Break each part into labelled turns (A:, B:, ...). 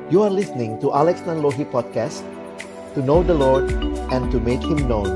A: You are listening to Alex Nanlohi Podcast, to know the Lord and to make Him known.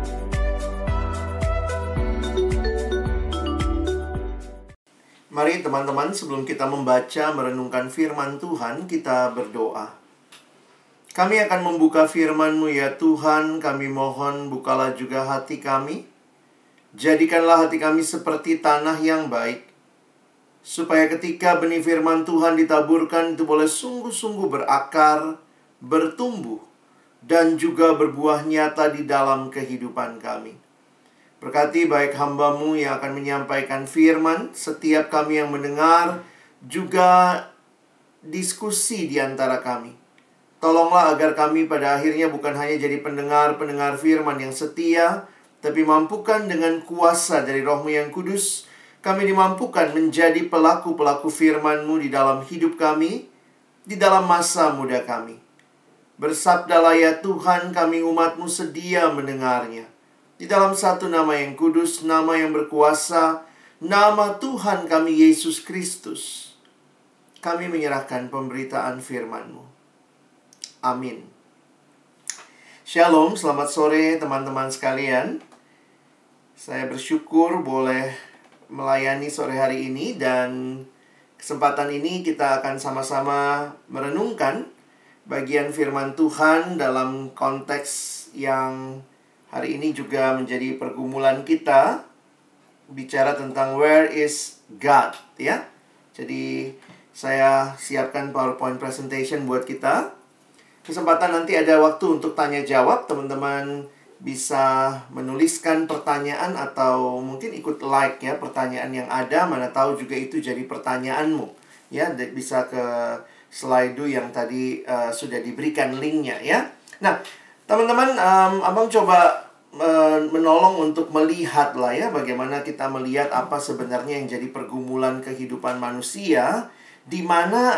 B: Mari teman-teman, sebelum kita membaca, merenungkan firman Tuhan, kita berdoa. Kami akan membuka firman-Mu ya Tuhan, kami mohon bukalah juga hati kami. Jadikanlah hati kami seperti tanah yang baik, supaya ketika benih firman Tuhan ditaburkan itu boleh sungguh-sungguh berakar, bertumbuh, dan juga berbuah nyata di dalam kehidupan kami. Berkati baik hamba-Mu yang akan menyampaikan firman, setiap kami yang mendengar, juga diskusi di antara kami. Tolonglah agar kami pada akhirnya bukan hanya jadi pendengar-pendengar firman yang setia, tapi mampukan dengan kuasa dari Roh-Mu yang kudus, kami dimampukan menjadi pelaku-pelaku firman-Mu di dalam hidup kami, di dalam masa muda kami. Bersabdalah ya Tuhan, kami umat-Mu sedia mendengarnya. Di dalam satu nama yang kudus, nama yang berkuasa, nama Tuhan kami Yesus Kristus, kami menyerahkan pemberitaan firman-Mu. Amin. Shalom, selamat sore teman-teman sekalian. Saya bersyukur boleh melayani sore hari ini, dan kesempatan ini kita akan sama-sama merenungkan bagian firman Tuhan dalam konteks yang hari ini juga menjadi pergumulan kita, bicara tentang where is God, ya. Jadi saya siapkan PowerPoint presentation buat kita. Kesempatan nanti ada waktu untuk tanya jawab, teman-teman bisa menuliskan pertanyaan atau mungkin ikut like ya pertanyaan yang ada, mana tahu juga itu jadi pertanyaanmu ya. Bisa ke slide yang tadi sudah diberikan linknya ya. Nah teman-teman, abang coba menolong untuk melihat lah ya, bagaimana kita melihat apa sebenarnya yang jadi pergumulan kehidupan manusia, di mana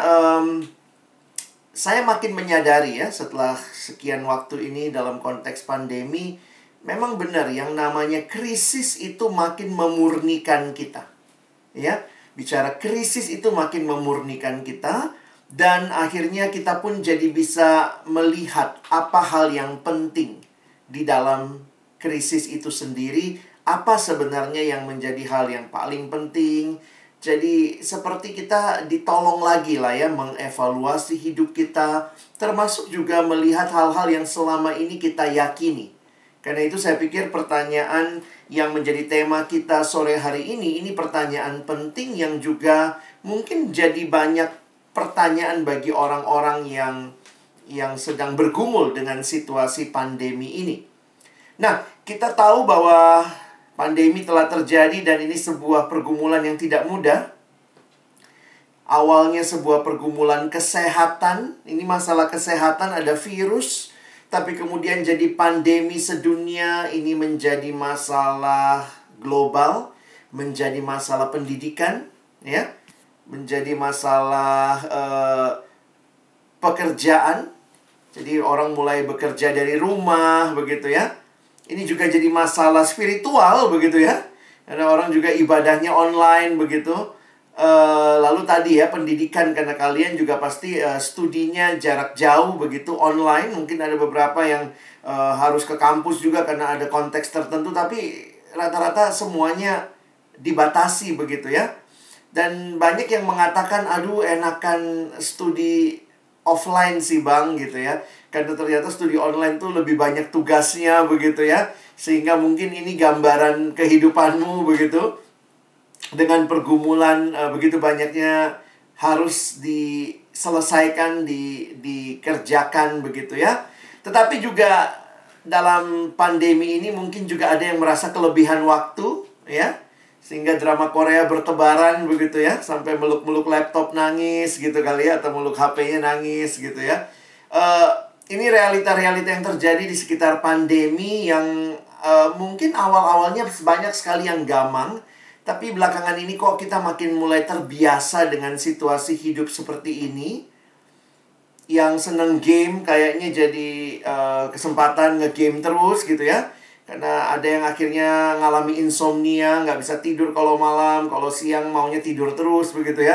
B: saya makin menyadari ya, setelah sekian waktu ini dalam konteks pandemi, memang benar yang namanya krisis itu makin memurnikan kita. Ya, bicara krisis itu makin memurnikan kita, dan akhirnya kita pun jadi bisa melihat apa hal yang penting di dalam krisis itu sendiri, apa sebenarnya yang menjadi hal yang paling penting. Jadi seperti kita ditolong lagi lah ya, mengevaluasi hidup kita, termasuk juga melihat hal-hal yang selama ini kita yakini. Karena itu saya pikir pertanyaan yang menjadi tema kita sore hari ini pertanyaan penting yang juga mungkin jadi banyak pertanyaan bagi orang-orang yang sedang bergumul dengan situasi pandemi ini. Nah, kita tahu bahwa pandemi telah terjadi dan ini sebuah pergumulan yang tidak mudah. Awalnya sebuah pergumulan kesehatan. Ini masalah kesehatan, ada virus. Tapi kemudian jadi pandemi sedunia. Ini menjadi masalah global. Menjadi masalah pendidikan. Ya, menjadi masalah pekerjaan. Jadi orang mulai bekerja dari rumah, begitu ya. Ini juga jadi masalah spiritual, begitu ya. Karena orang juga ibadahnya online, begitu. Lalu tadi ya, pendidikan, karena kalian juga pasti studinya jarak jauh, begitu, online. Mungkin ada beberapa yang harus ke kampus juga karena ada konteks tertentu. Tapi rata-rata semuanya dibatasi, begitu ya. Dan banyak yang mengatakan, aduh enakan studi offline sih bang, gitu ya. Karena ternyata studi online tuh lebih banyak tugasnya, begitu ya. Sehingga mungkin ini gambaran kehidupanmu, begitu. Dengan pergumulan begitu banyaknya harus diselesaikan, dikerjakan, begitu ya. Tetapi juga dalam pandemi ini mungkin juga ada yang merasa kelebihan waktu, ya. Sehingga drama Korea bertebaran, begitu ya. Sampai meluk-meluk laptop nangis, gitu kali ya. Atau meluk HP-nya nangis, gitu ya. Ini realita-realita yang terjadi di sekitar pandemi yang mungkin awal-awalnya banyak sekali yang gamang. Tapi belakangan ini kok kita makin mulai terbiasa dengan situasi hidup seperti ini. Yang seneng game kayaknya jadi kesempatan nge-game terus, gitu ya. Karena ada yang akhirnya ngalami insomnia, nggak bisa tidur kalau malam, kalau siang maunya tidur terus, begitu ya.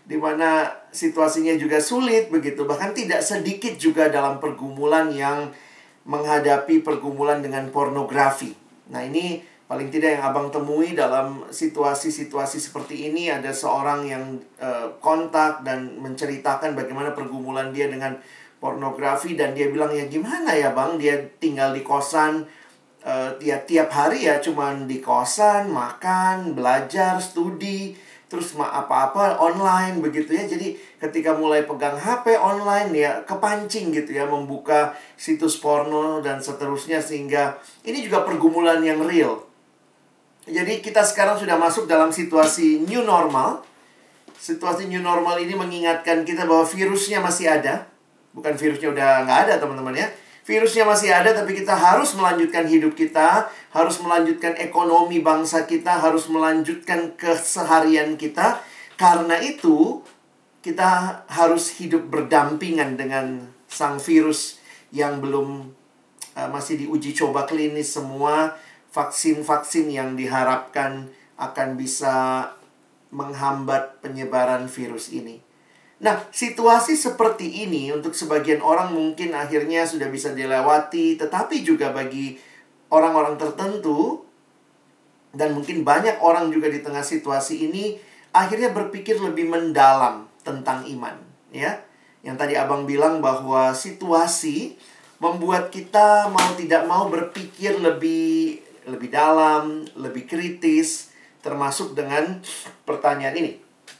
B: di mana situasinya juga sulit begitu. Bahkan tidak sedikit juga dalam pergumulan yang menghadapi pergumulan dengan pornografi. Nah, ini paling tidak yang abang temui dalam situasi-situasi seperti ini. Ada seorang yang kontak dan menceritakan bagaimana pergumulan dia dengan pornografi. Dan dia bilang, ya gimana ya bang, dia tinggal di kosan, tiap hari ya cuman di kosan, makan, belajar, studi, terus apa-apa online begitu ya. Jadi ketika mulai pegang HP online ya kepancing gitu ya, membuka situs porno dan seterusnya. Sehingga ini juga pergumulan yang real. Jadi kita sekarang sudah masuk dalam situasi new normal. Situasi new normal ini mengingatkan kita bahwa virusnya masih ada. Bukan virusnya udah nggak ada teman-teman ya. Virusnya masih ada, tapi kita harus melanjutkan hidup kita, harus melanjutkan ekonomi bangsa kita, harus melanjutkan keseharian kita. Karena itu, kita harus hidup berdampingan dengan sang virus yang belum masih diuji coba klinis semua. Vaksin-vaksin yang diharapkan akan bisa menghambat penyebaran virus ini. Nah, situasi seperti ini untuk sebagian orang mungkin akhirnya sudah bisa dilewati, tetapi juga bagi orang-orang tertentu, dan mungkin banyak orang juga di tengah situasi ini, akhirnya berpikir lebih mendalam tentang iman. Ya, yang tadi abang bilang bahwa situasi membuat kita mau tidak mau berpikir lebih dalam, lebih kritis, termasuk dengan pertanyaan ini.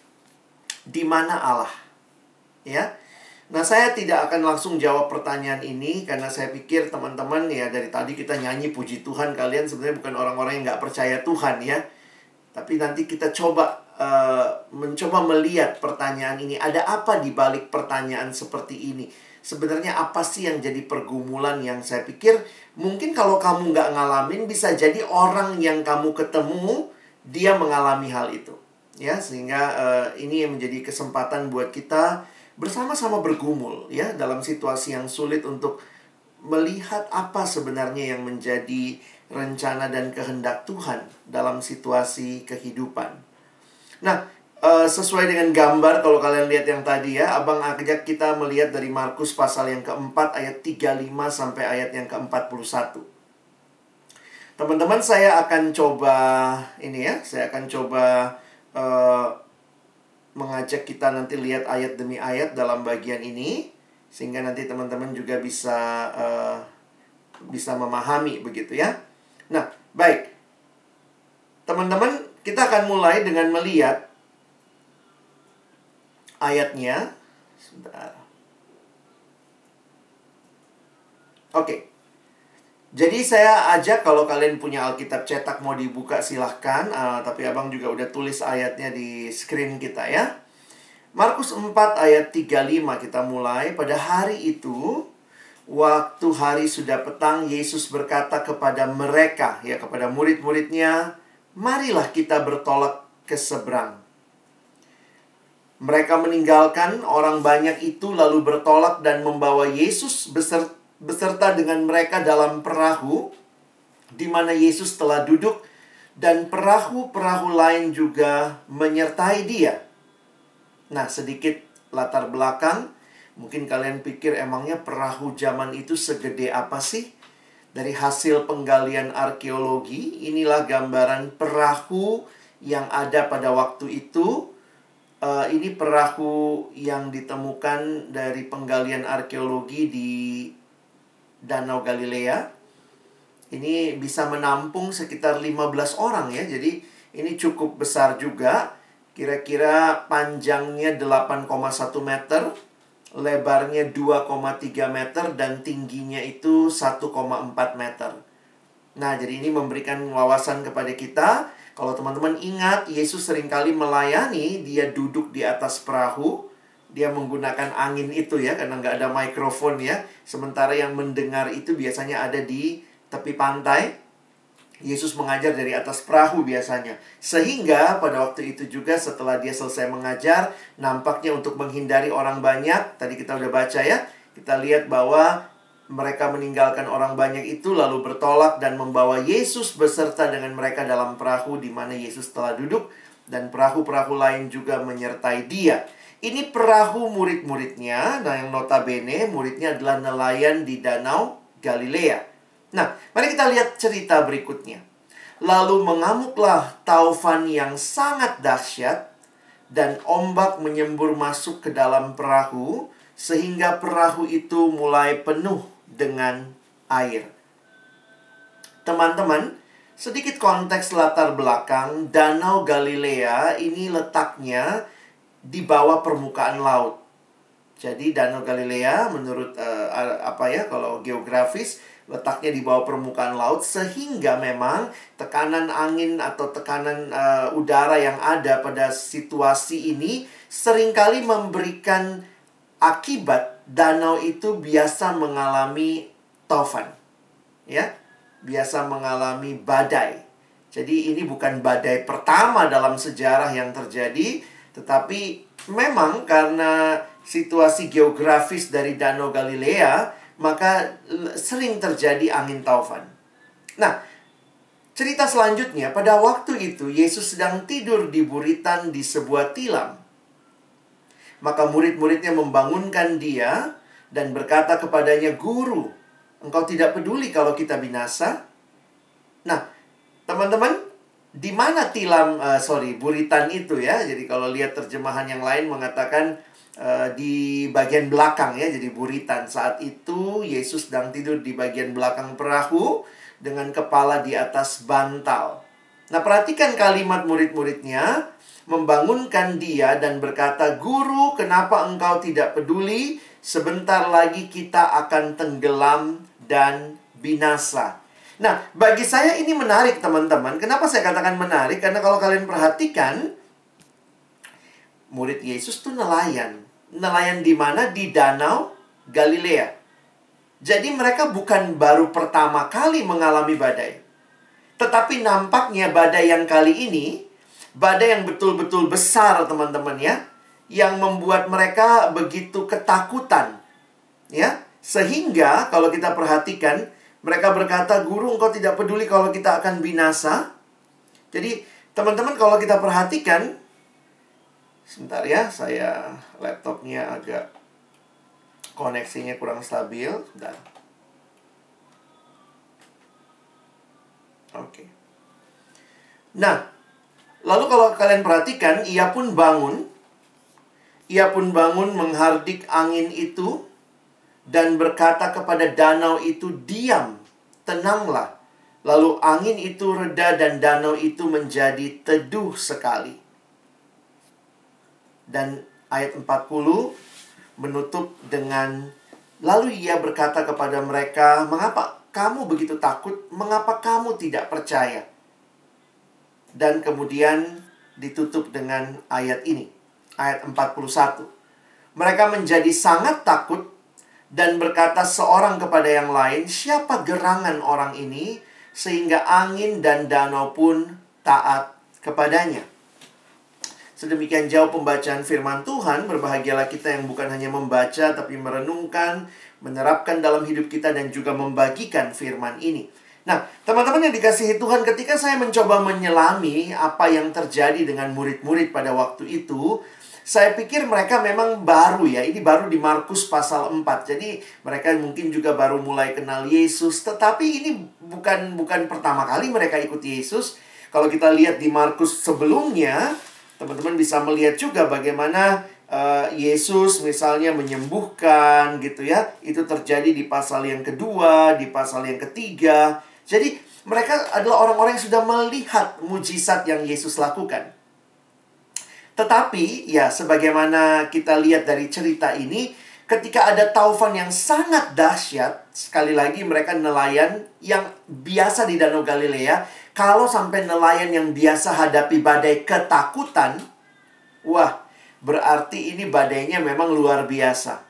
B: Di mana Allah? Ya. Nah, saya tidak akan langsung jawab pertanyaan ini karena saya pikir teman-teman ya dari tadi kita nyanyi puji Tuhan, kalian sebenarnya bukan orang-orang yang nggak percaya Tuhan ya. Tapi nanti kita mencoba melihat pertanyaan ini. Ada apa di balik pertanyaan seperti ini? Sebenarnya apa sih yang jadi pergumulan yang saya pikir mungkin kalau kamu nggak ngalamin, bisa jadi orang yang kamu ketemu dia mengalami hal itu. Ya, sehingga ini yang menjadi kesempatan buat kita bersama-sama bergumul ya dalam situasi yang sulit untuk melihat apa sebenarnya yang menjadi rencana dan kehendak Tuhan dalam situasi kehidupan. Nah, sesuai dengan gambar kalau kalian lihat yang tadi ya, abang ajak kita melihat dari Markus pasal yang keempat ayat 35 sampai ayat yang ke-41. Teman-teman, saya akan coba ini ya, saya akan coba mengajak kita nanti lihat ayat demi ayat dalam bagian ini, sehingga nanti teman-teman juga bisa memahami begitu ya. Nah, baik. Teman-teman, kita akan mulai dengan melihat ayatnya. Sebentar. Oke. Jadi saya ajak kalau kalian punya Alkitab cetak mau dibuka silahkan. Tapi abang juga udah tulis ayatnya di screen kita ya. Markus 4 ayat 35 kita mulai. Pada hari itu, waktu hari sudah petang, Yesus berkata kepada mereka, ya kepada murid-muridnya, marilah kita bertolak ke seberang. Mereka meninggalkan orang banyak itu lalu bertolak dan membawa Yesus beserta dengan mereka dalam perahu di mana Yesus telah duduk, dan perahu-perahu lain juga menyertai dia. Nah, sedikit latar belakang. Mungkin kalian pikir emangnya perahu zaman itu segede apa sih? Dari hasil penggalian arkeologi, inilah gambaran perahu yang ada pada waktu itu. Ini perahu yang ditemukan dari penggalian arkeologi di Danau Galilea. Ini bisa menampung sekitar 15 orang ya. Jadi ini cukup besar juga. Kira-kira panjangnya 8,1 meter, lebarnya 2,3 meter, dan tingginya itu 1,4 meter. Nah, jadi ini memberikan wawasan kepada kita. Kalau teman-teman ingat, Yesus seringkali melayani, dia duduk di atas perahu. Dia menggunakan angin itu ya, karena nggak ada mikrofon ya. Sementara yang mendengar itu biasanya ada di tepi pantai. Yesus mengajar dari atas perahu biasanya. Sehingga pada waktu itu juga setelah dia selesai mengajar, nampaknya untuk menghindari orang banyak, tadi kita udah baca ya, kita lihat bahwa mereka meninggalkan orang banyak itu lalu bertolak dan membawa Yesus beserta dengan mereka dalam perahu di mana Yesus telah duduk, dan perahu-perahu lain juga menyertai dia. Ini perahu murid-muridnya. Nah, yang notabene muridnya adalah nelayan di Danau Galilea. Nah, mari kita lihat cerita berikutnya. Lalu mengamuklah taufan yang sangat dahsyat, dan ombak menyembur masuk ke dalam perahu, sehingga perahu itu mulai penuh dengan air. Teman-teman, sedikit konteks latar belakang. Danau Galilea ini letaknya di bawah permukaan laut. Jadi Danau Galilea menurut kalau geografis letaknya di bawah permukaan laut, sehingga memang tekanan angin atau tekanan udara yang ada pada situasi ini seringkali memberikan akibat danau itu biasa mengalami taufan. Ya, biasa mengalami badai. Jadi ini bukan badai pertama dalam sejarah yang terjadi, tetapi memang karena situasi geografis dari Danau Galilea, maka sering terjadi angin taufan. Nah, cerita selanjutnya, pada waktu itu Yesus sedang tidur di buritan di sebuah tilam. Maka murid-muridnya membangunkan dia dan berkata kepadanya, "Guru, engkau tidak peduli kalau kita binasa?" Nah, teman-teman, di mana buritan itu ya? Jadi kalau lihat terjemahan yang lain mengatakan di bagian belakang ya, jadi buritan. Saat itu Yesus sedang tidur di bagian belakang perahu dengan kepala di atas bantal. Nah, perhatikan kalimat murid-muridnya, membangunkan dia dan berkata, "Guru, kenapa engkau tidak peduli? Sebentar lagi kita akan tenggelam dan binasa." Nah, bagi saya ini menarik, teman-teman. Kenapa saya katakan menarik? Karena kalau kalian perhatikan, murid Yesus tuh nelayan. Nelayan di mana? Di Danau Galilea. Jadi mereka bukan baru pertama kali mengalami badai. Tetapi nampaknya badai yang kali ini, badai yang betul-betul besar, teman-teman ya, yang membuat mereka begitu ketakutan. Ya, sehingga kalau kita perhatikan, mereka berkata, "Guru, engkau tidak peduli kalau kita akan binasa?" Jadi, teman-teman, kalau kita perhatikan, sebentar ya, laptopnya agak koneksinya kurang stabil. Sebentar. Oke. Nah, lalu kalau kalian perhatikan, ia pun bangun menghardik angin itu dan berkata kepada danau itu, "Diam, tenanglah." Lalu angin itu reda dan danau itu menjadi teduh sekali. Dan ayat 40 menutup dengan, lalu ia berkata kepada mereka, "Mengapa kamu begitu takut? Mengapa kamu tidak percaya?" Dan kemudian ditutup dengan ayat ini, ayat 41. Mereka menjadi sangat takut dan berkata seorang kepada yang lain, "Siapa gerangan orang ini sehingga angin dan danau pun taat kepadanya?" Sedemikian jauh pembacaan firman Tuhan. Berbahagialah kita yang bukan hanya membaca, tapi merenungkan, menerapkan dalam hidup kita, dan juga membagikan firman ini. Nah, teman-teman yang dikasihi Tuhan, ketika saya mencoba menyelami apa yang terjadi dengan murid-murid pada waktu itu, saya pikir mereka memang baru ya. Ini baru di Markus pasal 4. Jadi mereka mungkin juga baru mulai kenal Yesus. Tetapi ini bukan pertama kali mereka ikut Yesus. Kalau kita lihat di Markus sebelumnya, teman-teman bisa melihat juga bagaimana Yesus misalnya menyembuhkan gitu ya. Itu terjadi di pasal yang kedua, di pasal yang ketiga. Jadi mereka adalah orang-orang yang sudah melihat mujizat yang Yesus lakukan. Tetapi ya, sebagaimana kita lihat dari cerita ini, ketika ada taufan yang sangat dahsyat, sekali lagi mereka nelayan yang biasa di Danau Galilea. Kalau sampai nelayan yang biasa hadapi badai ketakutan, wah, berarti ini badainya memang luar biasa.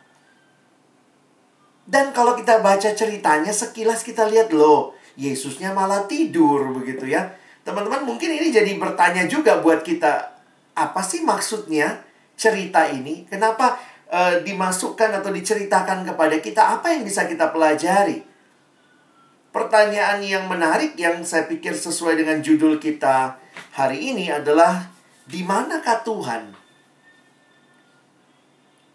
B: Dan kalau kita baca ceritanya, sekilas kita lihat, loh, Yesusnya malah tidur begitu ya. Teman-teman, mungkin ini jadi bertanya juga buat kita, apa sih maksudnya cerita ini? Kenapa dimasukkan atau diceritakan kepada kita? Apa yang bisa kita pelajari? Pertanyaan yang menarik yang saya pikir sesuai dengan judul kita hari ini adalah, di manakah Tuhan?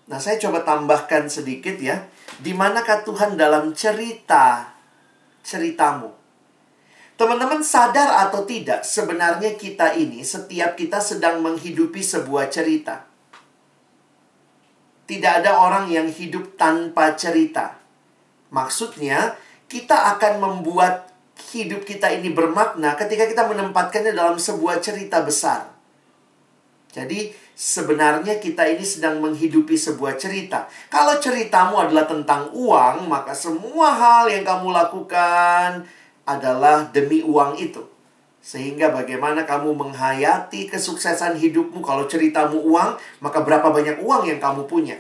B: Nah, saya coba tambahkan sedikit ya. Di manakah Tuhan dalam ceritamu? Teman-teman sadar atau tidak, sebenarnya setiap kita sedang menghidupi sebuah cerita. Tidak ada orang yang hidup tanpa cerita. Maksudnya, kita akan membuat hidup kita ini bermakna ketika kita menempatkannya dalam sebuah cerita besar. Jadi, sebenarnya kita ini sedang menghidupi sebuah cerita. Kalau ceritamu adalah tentang uang, maka semua hal yang kamu lakukan adalah demi uang itu. Sehingga bagaimana kamu menghayati kesuksesan hidupmu. Kalau ceritamu uang, maka berapa banyak uang yang kamu punya.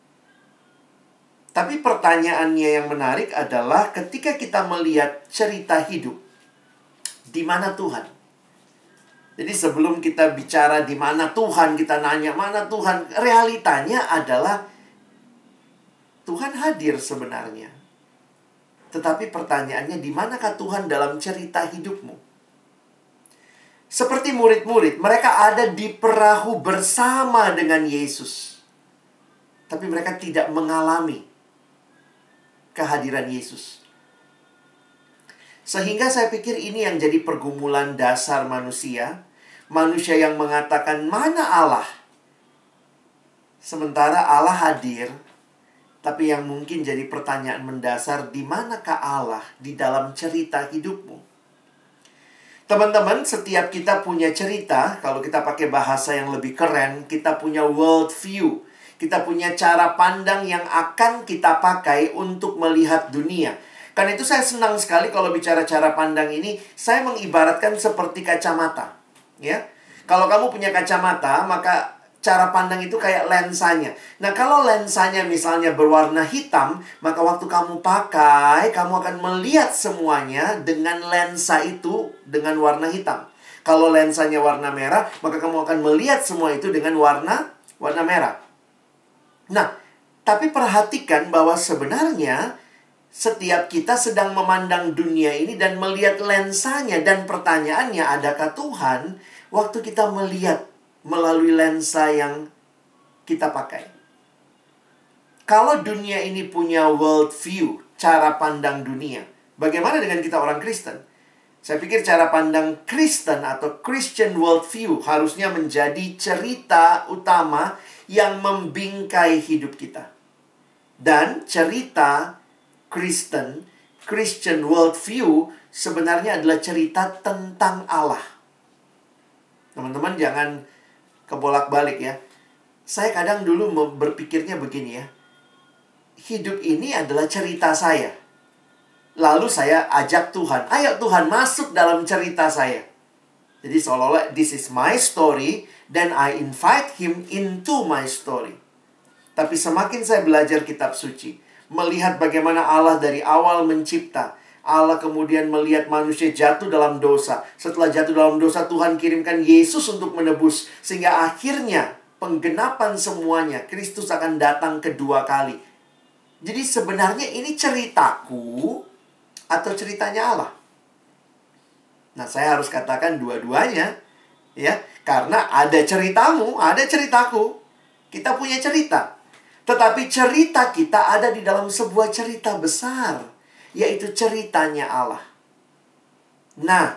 B: Tapi pertanyaannya yang menarik adalah ketika kita melihat cerita hidup, di mana Tuhan? Jadi sebelum kita bicara di mana Tuhan, kita nanya mana Tuhan, realitanya adalah Tuhan hadir sebenarnya. Tetapi pertanyaannya, di manakah Tuhan dalam cerita hidupmu? Seperti murid-murid, mereka ada di perahu bersama dengan Yesus. Tapi mereka tidak mengalami kehadiran Yesus. Sehingga saya pikir ini yang jadi pergumulan dasar manusia. Manusia yang mengatakan, mana Allah? Sementara Allah hadir. Tapi yang mungkin jadi pertanyaan mendasar, di manakah Allah di dalam cerita hidupmu? Teman-teman, setiap kita punya cerita. Kalau kita pakai bahasa yang lebih keren, kita punya world view. Kita punya cara pandang yang akan kita pakai untuk melihat dunia. Karena itu saya senang sekali kalau bicara cara pandang ini, saya mengibaratkan seperti kacamata. Ya, kalau kamu punya kacamata, maka cara pandang itu kayak lensanya. Nah, kalau lensanya misalnya berwarna hitam, maka waktu kamu pakai, kamu akan melihat semuanya dengan lensa itu dengan warna hitam. Kalau lensanya warna merah, maka kamu akan melihat semua itu dengan warna merah. Nah, tapi perhatikan bahwa sebenarnya setiap kita sedang memandang dunia ini dan melihat lensanya. Dan pertanyaannya, adakah Tuhan waktu kita melihat melalui lensa yang kita pakai? Kalau dunia ini punya world view, cara pandang dunia, bagaimana dengan kita orang Kristen? Saya pikir cara pandang Kristen atau Christian world view harusnya menjadi cerita utama yang membingkai hidup kita. Dan cerita Christian world view sebenarnya adalah cerita tentang Allah. Teman-teman jangan kebolak-balik ya. Saya kadang dulu berpikirnya begini ya. Hidup ini adalah cerita saya. Lalu saya ajak Tuhan, ayo Tuhan masuk dalam cerita saya. Jadi seolah-olah this is my story, then I invite him into my story. Tapi semakin saya belajar kitab suci, melihat bagaimana Allah dari awal mencipta, Allah kemudian melihat manusia jatuh dalam dosa. Setelah jatuh dalam dosa, Tuhan kirimkan Yesus untuk menebus. Sehingga akhirnya penggenapan semuanya, Kristus akan datang kedua kali. Jadi sebenarnya ini ceritaku atau ceritanya Allah? Nah, saya harus katakan dua-duanya. Ya, karena ada ceritamu, ada ceritaku. Kita punya cerita. Tetapi cerita kita ada di dalam sebuah cerita besar, yaitu ceritanya Allah. Nah,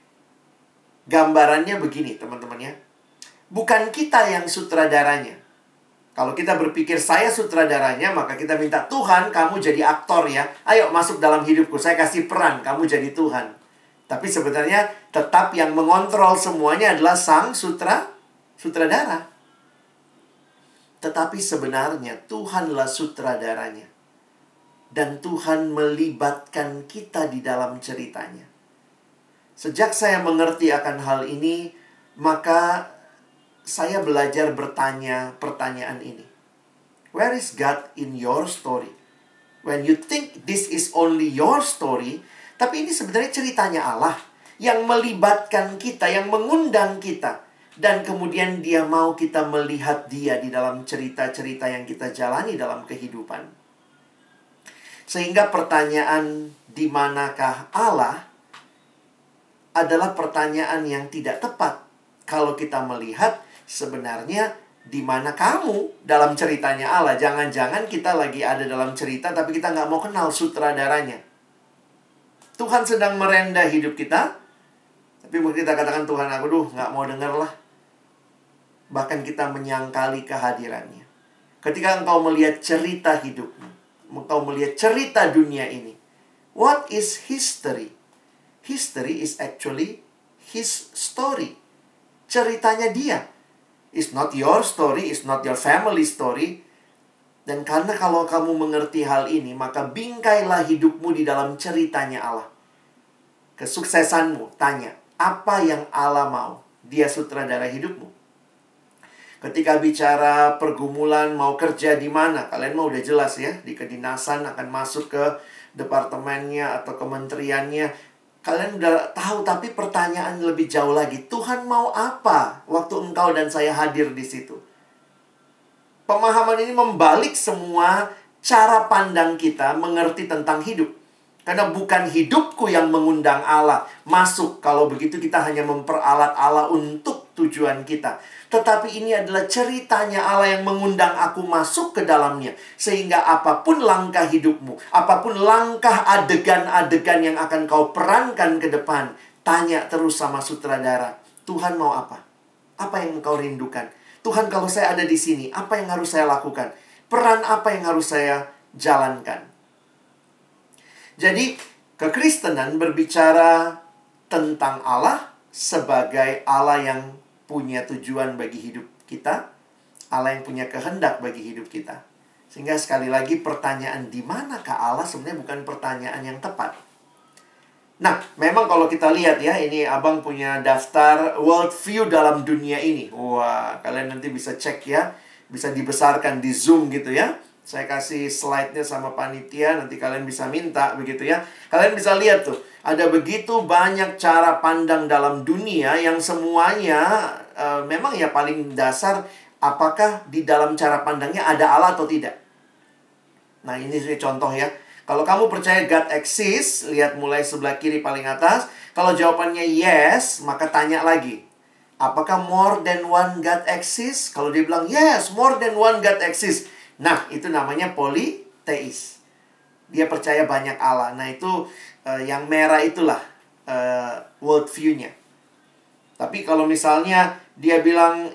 B: gambarannya begini teman-teman ya. Bukan kita yang sutradaranya. Kalau kita berpikir saya sutradaranya, maka kita minta, Tuhan kamu jadi aktor ya. Ayo masuk dalam hidupku, saya kasih peran, kamu jadi Tuhan. Tapi sebenarnya tetap yang mengontrol semuanya adalah sang sutradara. Tetapi sebenarnya Tuhanlah sutradaranya. Dan Tuhan melibatkan kita di dalam ceritanya. Sejak saya mengerti akan hal ini, maka saya belajar bertanya pertanyaan ini. Where is God in your story? When you think this is only your story, tapi ini sebenarnya ceritanya Allah yang melibatkan kita, yang mengundang kita. Dan kemudian dia mau kita melihat dia di dalam cerita-cerita yang kita jalani dalam kehidupan. Sehingga pertanyaan di manakah Allah adalah pertanyaan yang tidak tepat. Kalau kita melihat sebenarnya di mana kamu dalam ceritanya Allah. Jangan-jangan kita lagi ada dalam cerita, tapi kita nggak mau kenal sutradaranya. Tuhan sedang merenda hidup kita, tapi mungkin kita katakan, Tuhan aku nggak mau denger lah. Bahkan kita menyangkali kehadirannya. Ketika engkau melihat cerita hidupmu, engkau melihat cerita dunia ini, what is history? History is actually his story. Ceritanya dia. It's not your story, it's not your family story. Dan karena kalau kamu mengerti hal ini, maka bingkailah hidupmu di dalam ceritanya Allah. Kesuksesanmu, tanya, apa yang Allah mau? Dia sutradara hidupmu. Ketika bicara pergumulan, mau kerja di mana? Kalian mau udah jelas ya, di kedinasan akan masuk ke departemennya atau kementeriannya. Kalian udah tahu, tapi pertanyaan lebih jauh lagi. Tuhan mau apa waktu engkau dan saya hadir di situ? Pemahaman ini membalik semua cara pandang kita mengerti tentang hidup. Karena bukan hidupku yang mengundang Allah masuk. Kalau begitu kita hanya memperalat Allah untuk tujuan kita. Tetapi ini adalah ceritanya Allah yang mengundang aku masuk ke dalamnya. Sehingga apapun langkah hidupmu, apapun langkah adegan-adegan yang akan kau perankan ke depan, tanya terus sama sutradara, Tuhan mau apa? Apa yang engkau rindukan? Tuhan, kalau saya ada di sini, apa yang harus saya lakukan? Peran apa yang harus saya jalankan? Jadi, kekristenan berbicara tentang Allah sebagai Allah yang punya tujuan bagi hidup kita, Allah yang punya kehendak bagi hidup kita. Sehingga sekali lagi pertanyaan di manakah Allah sebenarnya bukan pertanyaan yang tepat. Nah, memang kalau kita lihat ya, ini abang punya daftar world view dalam dunia ini. Wah, kalian nanti bisa cek ya, bisa dibesarkan di Zoom gitu ya. Saya kasih slide-nya sama panitia, nanti kalian bisa minta begitu ya. Kalian bisa lihat tuh, ada begitu banyak cara pandang dalam dunia yang semuanya memang ya paling dasar, apakah di dalam cara pandangnya ada Allah atau tidak. Nah, ini contoh ya. Kalau kamu percaya God exists, lihat mulai sebelah kiri paling atas. Kalau jawabannya yes, maka tanya lagi. Apakah more than one God exists? Kalau dia bilang yes, more than one God exists. Nah, itu namanya politeis. Dia percaya banyak Allah. Nah, itu yang merah itulah world view-nya. Tapi kalau misalnya dia bilang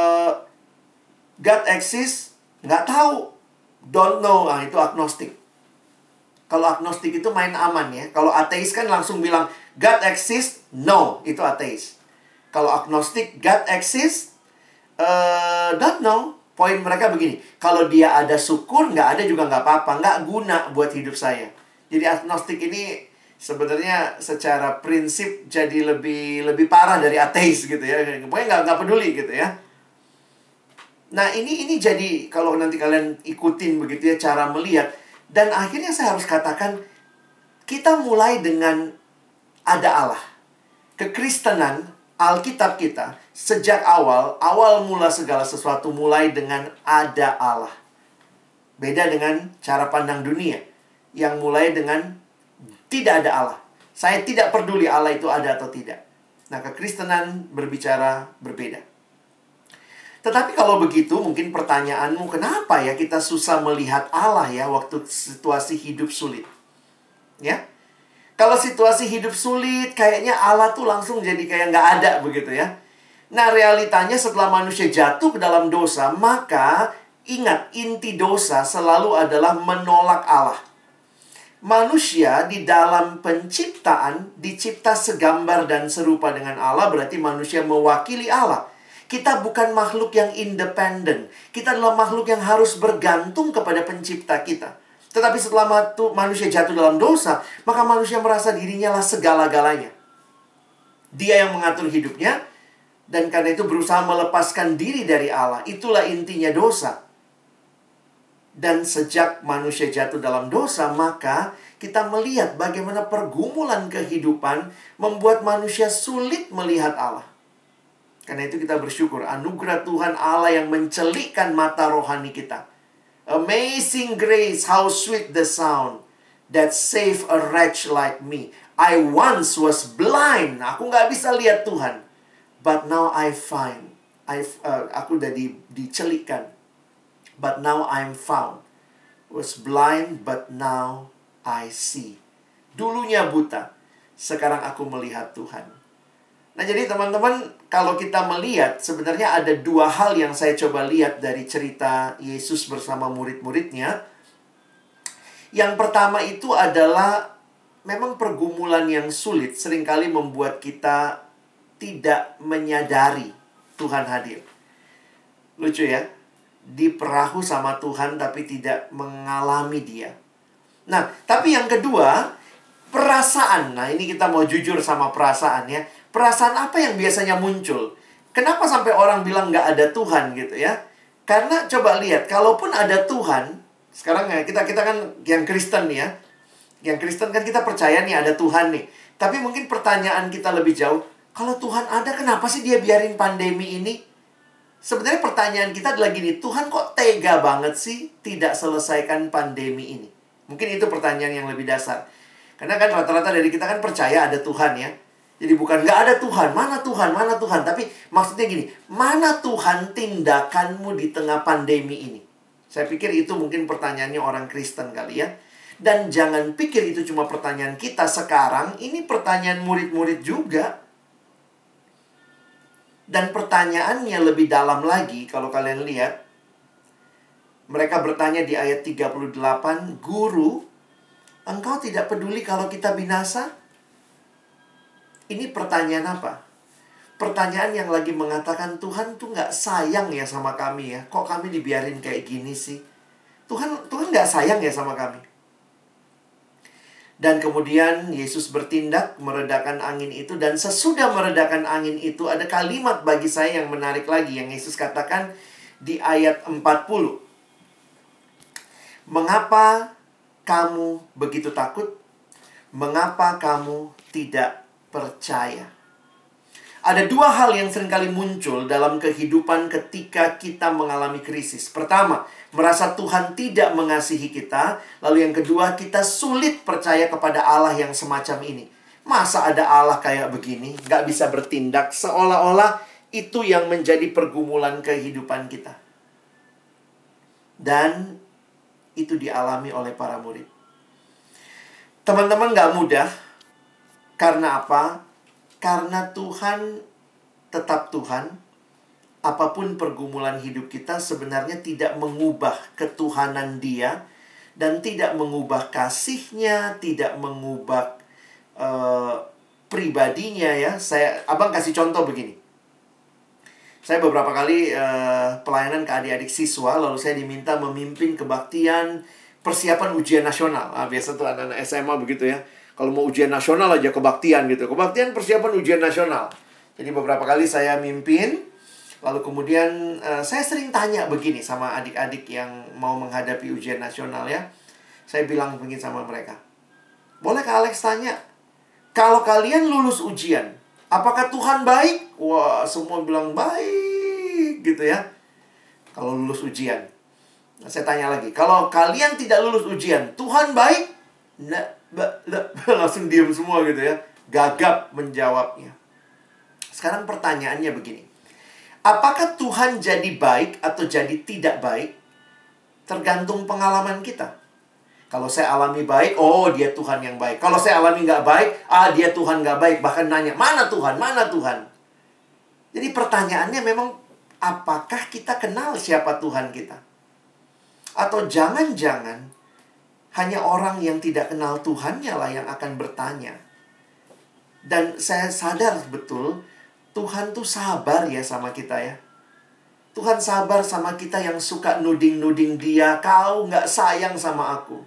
B: God exists, nggak tahu, don't know, itu agnostik. Kalau agnostik itu main aman ya. Kalau ateis kan langsung bilang God exists, no, itu ateis. Kalau agnostik, God exists, don't know. Poin mereka begini, kalau dia ada syukur, nggak ada juga nggak apa-apa, nggak guna buat hidup saya. Jadi agnostik ini sebenarnya secara prinsip jadi lebih parah dari ateis gitu ya. Pokoknya nggak peduli gitu ya. Nah ini jadi kalau nanti kalian ikutin begitu ya cara melihat. Dan akhirnya saya harus katakan, kita mulai dengan ada Allah. Kekristenan, Alkitab kita, sejak awal mula segala sesuatu mulai dengan ada Allah. Beda dengan cara pandang dunia, yang mulai dengan tidak ada Allah. Saya tidak peduli Allah itu ada atau tidak. Nah, kekristenan berbicara berbeda. Tetapi kalau begitu, mungkin pertanyaanmu, kenapa ya kita susah melihat Allah ya waktu situasi hidup sulit? Ya, kalau situasi hidup sulit, kayaknya Allah tuh langsung jadi kayak nggak ada begitu ya. Nah, realitanya setelah manusia jatuh ke dalam dosa, maka ingat, inti dosa selalu adalah menolak Allah. Manusia di dalam penciptaan dicipta segambar dan serupa dengan Allah, berarti manusia mewakili Allah. Kita bukan makhluk yang independen. Kita adalah makhluk yang harus bergantung kepada pencipta kita. Tetapi setelah manusia jatuh dalam dosa, maka manusia merasa dirinya lah segala-galanya. Dia yang mengatur hidupnya, dan karena itu berusaha melepaskan diri dari Allah. Itulah intinya dosa. Dan sejak manusia jatuh dalam dosa, maka kita melihat bagaimana pergumulan kehidupan membuat manusia sulit melihat Allah. Karena itu kita bersyukur, anugerah Tuhan Allah yang mencelikkan mata rohani kita. Amazing grace, how sweet the sound that saved a wretch like me. I once was blind. Aku nggak bisa lihat Tuhan. But now I find. aku udah dicelikkan. But now I'm found. Was blind, but now I see. Dulunya buta, sekarang aku melihat Tuhan. Nah, jadi teman-teman, kalau kita melihat, sebenarnya ada dua hal yang saya coba lihat dari cerita Yesus bersama murid-muridnya. Yang pertama itu adalah memang pergumulan yang sulit seringkali membuat kita tidak menyadari Tuhan hadir. Lucu ya? Di perahu sama Tuhan tapi tidak mengalami Dia. Nah, tapi yang kedua, perasaan. Nah, ini kita mau jujur sama perasaan ya. Perasaan apa yang biasanya muncul? Kenapa sampai orang bilang nggak ada Tuhan gitu ya? Karena coba lihat, kalaupun ada Tuhan, sekarang ya kita kan yang Kristen nih ya. Yang Kristen kan kita percaya nih ada Tuhan nih. Tapi mungkin pertanyaan kita lebih jauh, kalau Tuhan ada, kenapa sih Dia biarin pandemi ini? Sebenarnya pertanyaan kita adalah gini, Tuhan kok tega banget sih tidak selesaikan pandemi ini? Mungkin itu pertanyaan yang lebih dasar. Karena kan rata-rata dari kita kan percaya ada Tuhan ya. Jadi bukan nggak ada Tuhan, mana Tuhan, mana Tuhan. Tapi maksudnya gini, mana Tuhan tindakanmu di tengah pandemi ini? Saya pikir itu mungkin pertanyaannya orang Kristen kali ya. Dan jangan pikir itu cuma pertanyaan kita sekarang, ini pertanyaan murid-murid juga. Dan pertanyaannya lebih dalam lagi kalau kalian lihat. Mereka bertanya di ayat 38, Guru, Engkau tidak peduli kalau kita binasa? Ini pertanyaan apa? Pertanyaan yang lagi mengatakan Tuhan tuh nggak sayang ya sama kami ya. Kok kami dibiarin kayak gini sih? Tuhan nggak sayang ya sama kami. Dan kemudian Yesus bertindak meredakan angin itu. Dan sesudah meredakan angin itu ada kalimat bagi saya yang menarik lagi. Yang Yesus katakan di ayat 40. Mengapa kamu begitu takut? Mengapa kamu tidak percaya? Ada dua hal yang seringkali muncul dalam kehidupan ketika kita mengalami krisis. Pertama, merasa Tuhan tidak mengasihi kita. Lalu yang kedua, kita sulit percaya kepada Allah yang semacam ini. Masa ada Allah kayak begini? Gak bisa bertindak, seolah-olah itu yang menjadi pergumulan kehidupan kita. Dan itu dialami oleh para murid. Teman-teman, gak mudah. Karena apa? Karena Tuhan tetap Tuhan. Apapun pergumulan hidup kita sebenarnya tidak mengubah ketuhanan Dia. Dan tidak mengubah kasihnya, tidak mengubah pribadinya ya. Abang kasih contoh begini. Saya beberapa kali pelayanan ke adik-adik siswa. Lalu saya diminta memimpin kebaktian persiapan ujian nasional. Biasa tuh anak-anak SMA begitu ya. Kalau mau ujian nasional aja kebaktian gitu. Kebaktian persiapan ujian nasional. Jadi beberapa kali saya mimpin. Lalu kemudian saya sering tanya begini sama adik-adik yang mau menghadapi ujian nasional ya. Saya bilang begini sama mereka. Boleh Kak Alex tanya? Kalau kalian lulus ujian, apakah Tuhan baik? Wah, semua bilang baik gitu ya. Kalau lulus ujian. Nah, saya tanya lagi. Kalau kalian tidak lulus ujian, Tuhan baik? Langsung diam semua gitu ya. Gagap menjawabnya. Sekarang pertanyaannya begini. Apakah Tuhan jadi baik atau jadi tidak baik? Tergantung pengalaman kita. Kalau saya alami baik, oh dia Tuhan yang baik. Kalau saya alami nggak baik, dia Tuhan nggak baik. Bahkan nanya, mana Tuhan? Mana Tuhan? Jadi pertanyaannya memang, apakah kita kenal siapa Tuhan kita? Atau jangan-jangan hanya orang yang tidak kenal Tuhannya lah yang akan bertanya. Dan saya sadar betul, Tuhan tuh sabar ya sama kita ya. Tuhan sabar sama kita yang suka nuding-nuding Dia, kau nggak sayang sama aku.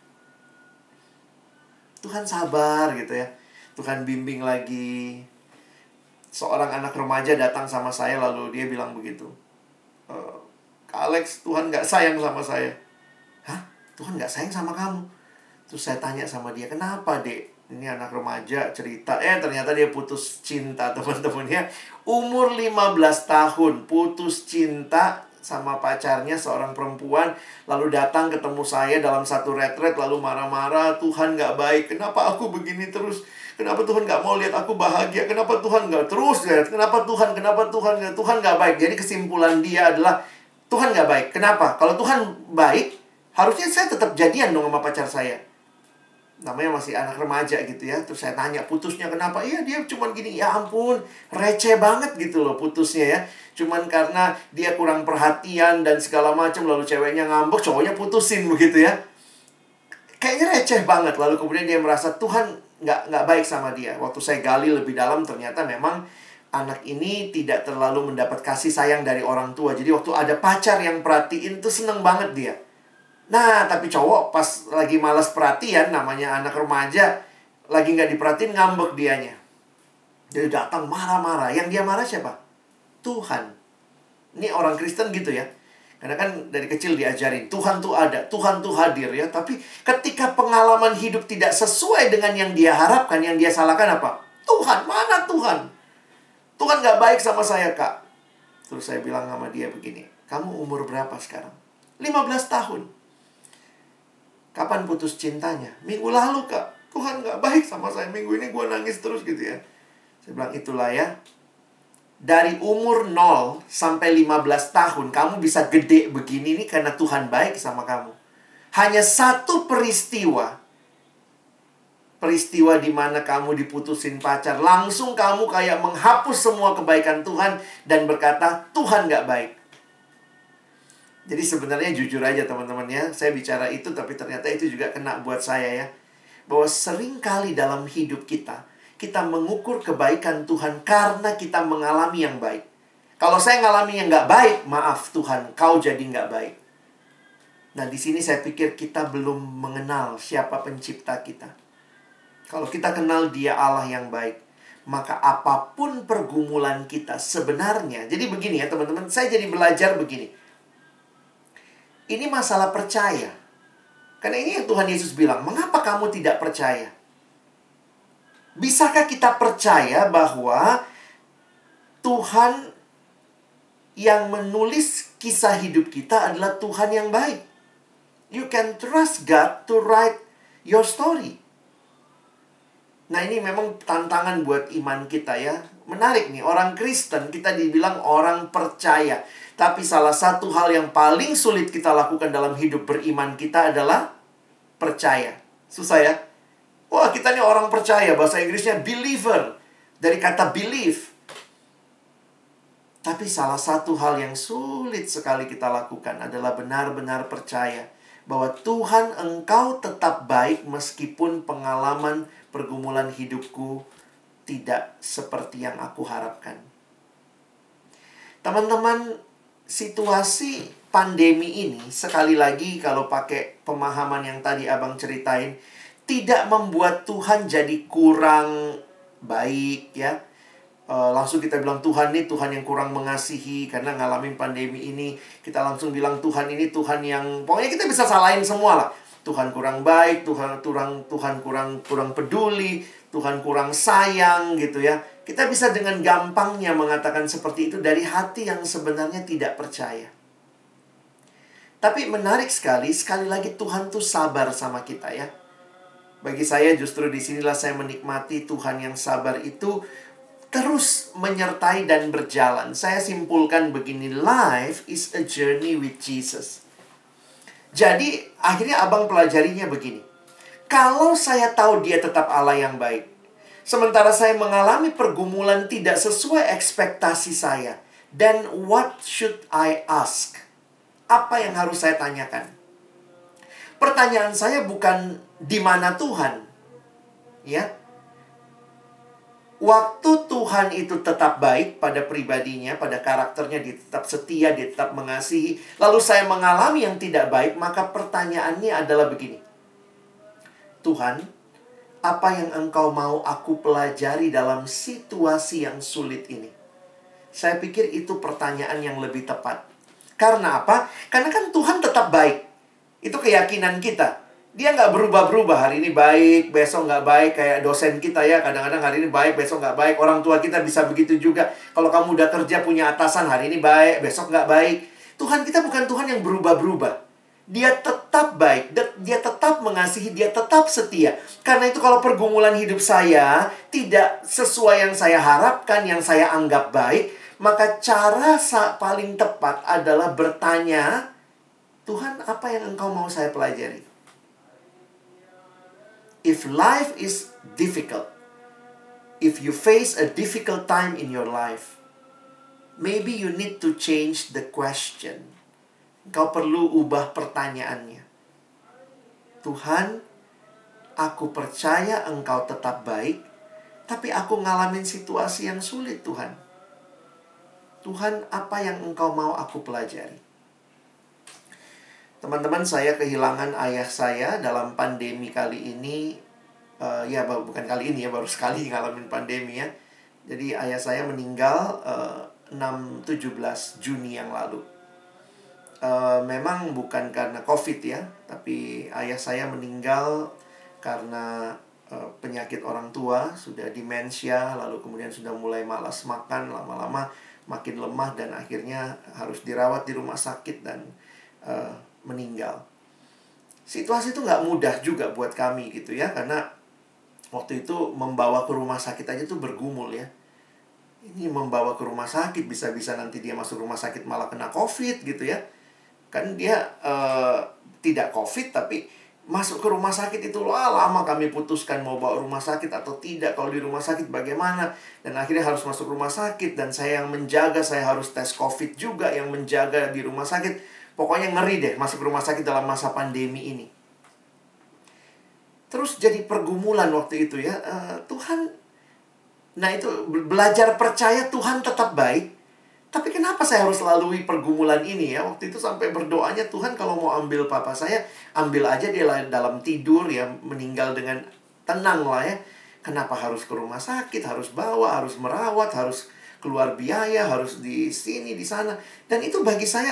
B: Tuhan sabar gitu ya. Tuhan bimbing lagi. Seorang anak remaja datang sama saya lalu dia bilang begitu. Kak Alex, Tuhan nggak sayang sama saya. Hah? Tuhan nggak sayang sama kamu? Terus saya tanya sama dia, kenapa dek? Ini anak remaja cerita. Ternyata dia putus cinta teman-temannya. Umur 15 tahun. Putus cinta sama pacarnya seorang perempuan. Lalu datang ketemu saya dalam satu retret. Lalu marah-marah. Tuhan gak baik. Kenapa aku begini terus? Kenapa Tuhan nggak mau lihat aku bahagia? Kenapa Tuhan nggak terus lihat? Kenapa Tuhan nggak baik? Jadi kesimpulan dia adalah Tuhan nggak baik. Kenapa? Kalau Tuhan baik, harusnya saya tetap jadian dong sama pacar saya. Namanya masih anak remaja gitu ya. Terus saya tanya putusnya kenapa? Iya dia cuman gini. Ya ampun, receh banget gitu loh putusnya ya. Cuman karena dia kurang perhatian dan segala macam. Lalu ceweknya ngambek, cowoknya putusin begitu ya. Kayaknya receh banget. Lalu kemudian dia merasa Tuhan nggak baik sama dia. Waktu saya gali lebih dalam, ternyata memang anak ini tidak terlalu mendapat kasih sayang dari orang tua. Jadi waktu ada pacar yang perhatiin tuh seneng banget dia. Nah, tapi cowok pas lagi malas perhatian, namanya anak remaja, lagi nggak diperhatiin, ngambek dianya. Jadi datang marah-marah. Yang dia marah siapa? Tuhan. Ini orang Kristen gitu ya. Karena kan dari kecil diajarin, Tuhan tuh ada, Tuhan tuh hadir ya. Tapi ketika pengalaman hidup tidak sesuai dengan yang dia harapkan, yang dia salahkan apa? Tuhan, mana Tuhan? Tuhan nggak baik sama saya, Kak. Terus saya bilang sama dia begini, kamu umur berapa sekarang? 15 tahun. Kapan putus cintanya? Minggu lalu, Kak. Tuhan gak baik sama saya. Minggu ini gue nangis terus gitu ya. Saya bilang, itulah ya. Dari umur 0 sampai 15 tahun, kamu bisa gede begini nih karena Tuhan baik sama kamu. Hanya satu peristiwa. Peristiwa di mana kamu diputusin pacar. Langsung kamu kayak menghapus semua kebaikan Tuhan dan berkata, Tuhan gak baik. Jadi sebenarnya jujur aja teman-teman ya, saya bicara itu tapi ternyata itu juga kena buat saya ya. Bahwa sering kali dalam hidup kita, kita mengukur kebaikan Tuhan karena kita mengalami yang baik. Kalau saya ngalami yang nggak baik, maaf Tuhan, kau jadi nggak baik. Nah di sini saya pikir kita belum mengenal siapa pencipta kita. Kalau kita kenal Dia Allah yang baik, maka apapun pergumulan kita sebenarnya. Jadi begini ya teman-teman, saya jadi belajar begini. Ini masalah percaya. Karena ini yang Tuhan Yesus bilang, mengapa kamu tidak percaya? Bisakah kita percaya bahwa Tuhan yang menulis kisah hidup kita adalah Tuhan yang baik? You can trust God to write your story. Nah ini memang tantangan buat iman kita ya. Menarik nih, orang Kristen kita dibilang orang percaya. Tapi salah satu hal yang paling sulit kita lakukan dalam hidup beriman kita adalah percaya. Susah ya? Wah, kita nih orang percaya. Bahasa Inggrisnya believer. Dari kata believe. Tapi salah satu hal yang sulit sekali kita lakukan adalah benar-benar percaya bahwa Tuhan Engkau tetap baik meskipun pengalaman pergumulan hidupku tidak seperti yang aku harapkan. Teman-teman, situasi pandemi ini, sekali lagi kalau pakai pemahaman yang tadi Abang ceritain, tidak membuat Tuhan jadi kurang baik ya. Langsung kita bilang Tuhan ini Tuhan yang kurang mengasihi karena ngalamin pandemi ini. Kita langsung bilang Tuhan ini Tuhan yang, pokoknya kita bisa salahin semua lah. Tuhan kurang baik, Tuhan kurang peduli, Tuhan kurang sayang gitu ya. Kita bisa dengan gampangnya mengatakan seperti itu dari hati yang sebenarnya tidak percaya. Tapi menarik sekali lagi Tuhan tuh sabar sama kita ya. Bagi saya justru disinilah saya menikmati Tuhan yang sabar itu terus menyertai dan berjalan. Saya simpulkan begini, life is a journey with Jesus. Jadi akhirnya Abang pelajarinya begini. Kalau saya tahu Dia tetap Allah yang baik, sementara saya mengalami pergumulan tidak sesuai ekspektasi saya, then what should I ask? Apa yang harus saya tanyakan? Pertanyaan saya bukan di mana Tuhan, ya. Waktu Tuhan itu tetap baik pada pribadinya, pada karakternya, Dia tetap setia, Dia tetap mengasihi. Lalu saya mengalami yang tidak baik, maka pertanyaannya adalah begini. Tuhan, apa yang Engkau mau aku pelajari dalam situasi yang sulit ini? Saya pikir itu pertanyaan yang lebih tepat. Karena apa? Karena kan Tuhan tetap baik. Itu keyakinan kita. Dia nggak berubah-berubah. Hari ini baik, besok nggak baik. Kayak dosen kita ya. Kadang-kadang hari ini baik, besok nggak baik. Orang tua kita bisa begitu juga. Kalau kamu udah kerja punya atasan, hari ini baik, besok nggak baik. Tuhan kita bukan Tuhan yang berubah-berubah. Dia tetap baik, dia tetap mengasihi, dia tetap setia. Karena itu kalau pergumulan hidup saya tidak sesuai yang saya harapkan, yang saya anggap baik, maka cara paling tepat adalah bertanya, Tuhan, apa yang Engkau mau saya pelajari? If life is difficult, if you face a difficult time in your life, maybe you need to change the question. Kau perlu ubah pertanyaannya. Tuhan, aku percaya Engkau tetap baik, tapi aku ngalamin situasi yang sulit, Tuhan. Tuhan, apa yang Engkau mau aku pelajari? Teman-teman, saya kehilangan ayah saya dalam pandemi kali ini. Bukan kali ini ya, baru sekali ngalamin pandemi ya. Jadi ayah saya meninggal 17 Juni yang lalu. Memang bukan karena COVID ya, tapi ayah saya meninggal karena penyakit orang tua, sudah demensia, lalu kemudian sudah mulai malas makan, lama-lama makin lemah dan akhirnya harus dirawat di rumah sakit dan meninggal. Situasi itu nggak mudah juga buat kami gitu ya, karena waktu itu membawa ke rumah sakit aja tuh bergumul ya. Ini membawa ke rumah sakit, bisa-bisa nanti dia masuk rumah sakit malah kena COVID gitu ya. Kan dia tidak COVID tapi masuk ke rumah sakit itu lama kami putuskan mau bawa rumah sakit atau tidak. Kalau di rumah sakit bagaimana. Dan akhirnya harus masuk rumah sakit. Dan saya yang menjaga, saya harus tes COVID juga yang menjaga di rumah sakit. Pokoknya ngeri deh masuk rumah sakit dalam masa pandemi ini. Terus jadi pergumulan waktu itu ya. Tuhan, nah itu belajar percaya Tuhan tetap baik. Tapi kenapa saya harus lalui pergumulan ini ya? Waktu itu sampai berdoanya, Tuhan kalau mau ambil papa saya, ambil aja dia dalam tidur ya, meninggal dengan tenang lah ya. Kenapa harus ke rumah sakit, harus bawa, harus merawat, harus keluar biaya, harus di sini, di sana. Dan itu bagi saya,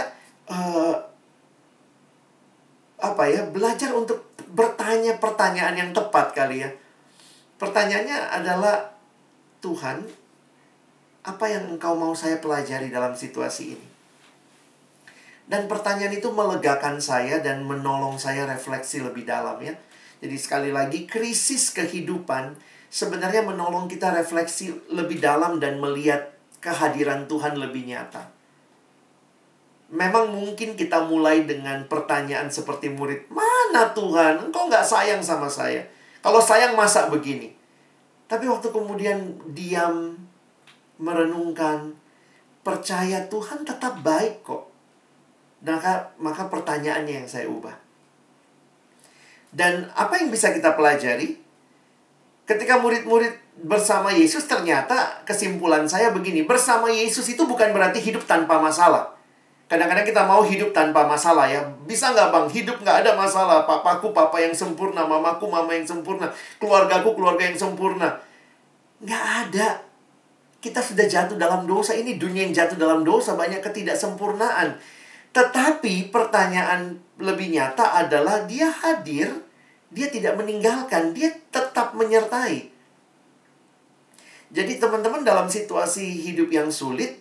B: belajar untuk bertanya pertanyaan yang tepat kali ya. Pertanyaannya adalah, Tuhan, apa yang Engkau mau saya pelajari dalam situasi ini? Dan pertanyaan itu melegakan saya dan menolong saya refleksi lebih dalam ya. Jadi sekali lagi, krisis kehidupan sebenarnya menolong kita refleksi lebih dalam dan melihat kehadiran Tuhan lebih nyata. Memang mungkin kita mulai dengan pertanyaan seperti murid, mana Tuhan? Engkau nggak sayang sama saya. Kalau sayang masa begini? Tapi waktu kemudian diam, merenungkan, percaya Tuhan tetap baik kok. Maka pertanyaannya yang saya ubah. Dan apa yang bisa kita pelajari? Ketika murid-murid bersama Yesus, ternyata kesimpulan saya begini. Bersama Yesus itu bukan berarti hidup tanpa masalah. Kadang-kadang kita mau hidup tanpa masalah ya. Bisa nggak bang? Hidup nggak ada masalah. Papaku papa yang sempurna, mamaku mama yang sempurna, keluargaku keluarga yang sempurna. Nggak ada. Kita sudah jatuh dalam dosa. Ini dunia yang jatuh dalam dosa. Banyak ketidaksempurnaan. Tetapi pertanyaan lebih nyata adalah dia hadir. Dia tidak meninggalkan. Dia tetap menyertai. Jadi teman-teman dalam situasi hidup yang sulit,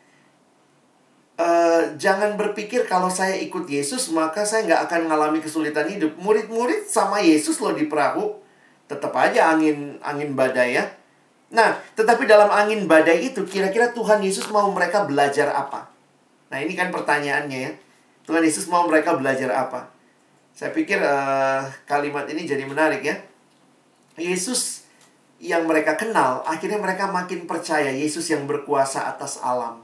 B: jangan berpikir kalau saya ikut Yesus maka saya nggak akan mengalami kesulitan hidup. Murid-murid sama Yesus loh di perahu. Tetap aja angin badai ya. Nah, tetapi dalam angin badai itu, kira-kira Tuhan Yesus mau mereka belajar apa? Nah, ini kan pertanyaannya ya. Tuhan Yesus mau mereka belajar apa? Saya pikir kalimat ini jadi menarik ya. Yesus yang mereka kenal, akhirnya mereka makin percaya Yesus yang berkuasa atas alam.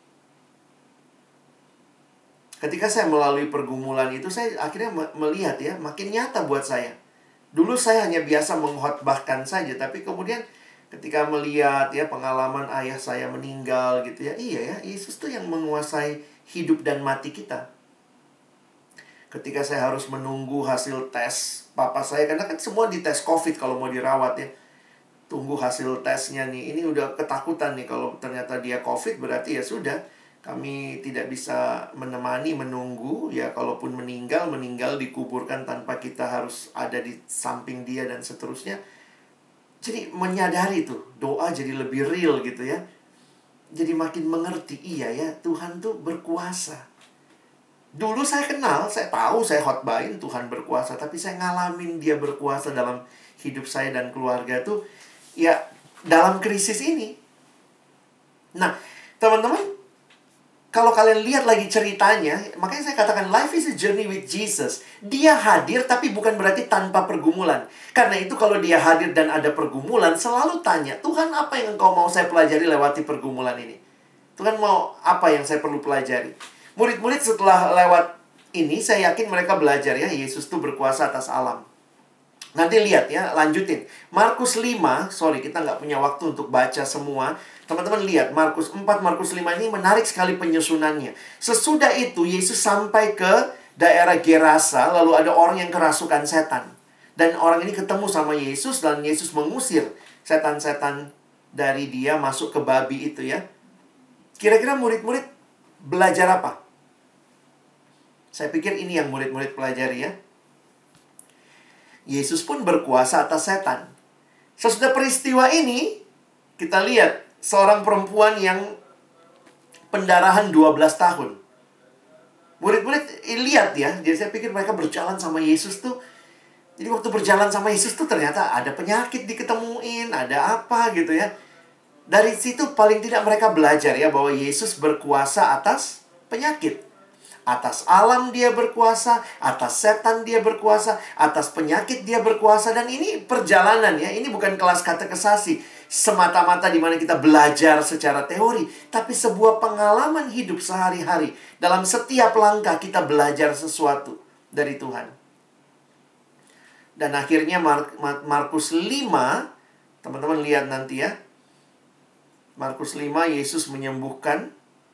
B: Ketika saya melalui pergumulan itu, saya akhirnya melihat ya, makin nyata buat saya. Dulu saya hanya biasa mengkhotbahkan saja, tapi kemudian ketika melihat ya pengalaman ayah saya meninggal gitu ya, iya ya, Yesus tuh yang menguasai hidup dan mati kita. Ketika saya harus menunggu hasil tes papa saya, karena kan semua dites COVID kalau mau dirawat ya. Tunggu hasil tesnya nih, ini udah ketakutan nih kalau ternyata dia COVID, berarti ya sudah. Kami tidak bisa menemani, menunggu ya, kalaupun meninggal dikuburkan tanpa kita harus ada di samping dia dan seterusnya. Jadi menyadari tuh, doa jadi lebih real gitu ya. Jadi makin mengerti, iya ya, Tuhan tuh berkuasa. Dulu saya kenal, saya tahu, saya khotbahin Tuhan berkuasa. Tapi saya ngalamin dia berkuasa dalam hidup saya dan keluarga tuh, ya dalam krisis ini. Nah, teman-teman, kalau kalian lihat lagi ceritanya, makanya saya katakan life is a journey with Jesus. Dia hadir tapi bukan berarti tanpa pergumulan. Karena itu kalau dia hadir dan ada pergumulan, selalu tanya, Tuhan apa yang engkau mau saya pelajari lewati pergumulan ini? Tuhan mau apa yang saya perlu pelajari? Murid-murid setelah lewat ini, saya yakin mereka belajar ya, Yesus tuh berkuasa atas alam. Nanti lihat ya, lanjutin. Markus 5, sorry kita nggak punya waktu untuk baca semua. Teman-teman lihat, Markus 4, Markus 5 ini menarik sekali penyusunannya. Sesudah itu, Yesus sampai ke daerah Gerasa, lalu ada orang yang kerasukan setan. Dan orang ini ketemu sama Yesus, dan Yesus mengusir setan-setan dari dia masuk ke babi itu ya. Kira-kira murid-murid belajar apa? Saya pikir ini yang murid-murid pelajari ya. Yesus pun berkuasa atas setan. Sesudah peristiwa ini, kita lihat seorang perempuan yang pendarahan 12 tahun. Murid-murid lihat ya, jadi saya pikir mereka berjalan sama Yesus tuh. Jadi waktu berjalan sama Yesus tuh ternyata ada penyakit diketemuin, ada apa gitu ya. Dari situ paling tidak mereka belajar ya bahwa Yesus berkuasa atas penyakit. Atas alam dia berkuasa, atas setan dia berkuasa, atas penyakit dia berkuasa. Dan ini perjalanan ya, ini bukan kelas katekesasi semata-mata di mana kita belajar secara teori, tapi sebuah pengalaman hidup sehari-hari. Dalam setiap langkah kita belajar sesuatu dari Tuhan. Dan akhirnya Markus 5, teman-teman lihat nanti ya. Markus 5, Yesus menyembuhkan,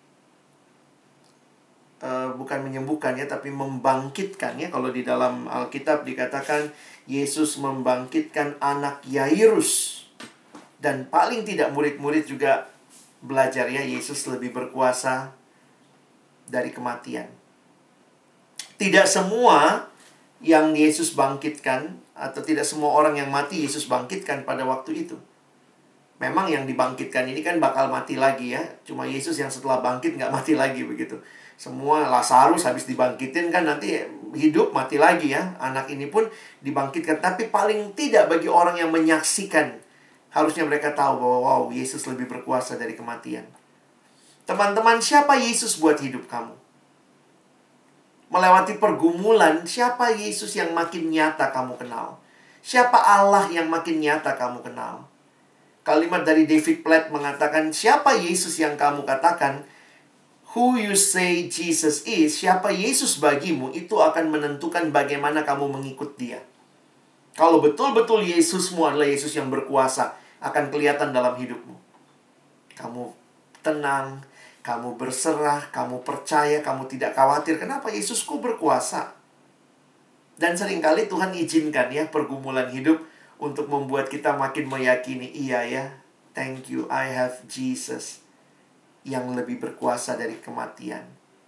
B: bukan menyembuhkan ya, tapi membangkitkan ya. Kalau di dalam Alkitab dikatakan Yesus membangkitkan anak Yairus. Dan paling tidak murid-murid juga belajar ya, Yesus lebih berkuasa dari kematian. Tidak semua yang Yesus bangkitkan, atau tidak semua orang yang mati Yesus bangkitkan pada waktu itu. Memang yang dibangkitkan ini kan bakal mati lagi ya. Cuma Yesus yang setelah bangkit nggak mati lagi begitu. Semua Lazarus habis dibangkitin kan nanti hidup mati lagi ya. Anak ini pun dibangkitkan. Tapi paling tidak bagi orang yang menyaksikan, harusnya mereka tahu bahwa wow, Yesus lebih berkuasa dari kematian. Teman-teman, siapa Yesus buat hidup kamu? Melewati pergumulan, siapa Yesus yang makin nyata kamu kenal? Siapa Allah yang makin nyata kamu kenal? Kalimat dari David Platt mengatakan, siapa Yesus yang kamu katakan? Who you say Jesus is, siapa Yesus bagimu, itu akan menentukan bagaimana kamu mengikut dia. Kalau betul-betul Yesusmu adalah Yesus yang berkuasa, akan kelihatan dalam hidupmu. Kamu tenang, kamu berserah, kamu percaya, kamu tidak khawatir. Kenapa? Yesusku berkuasa. Dan seringkali Tuhan izinkan ya pergumulan hidup untuk membuat kita makin meyakini, iya ya, thank you, I have Jesus yang lebih berkuasa dari kematian.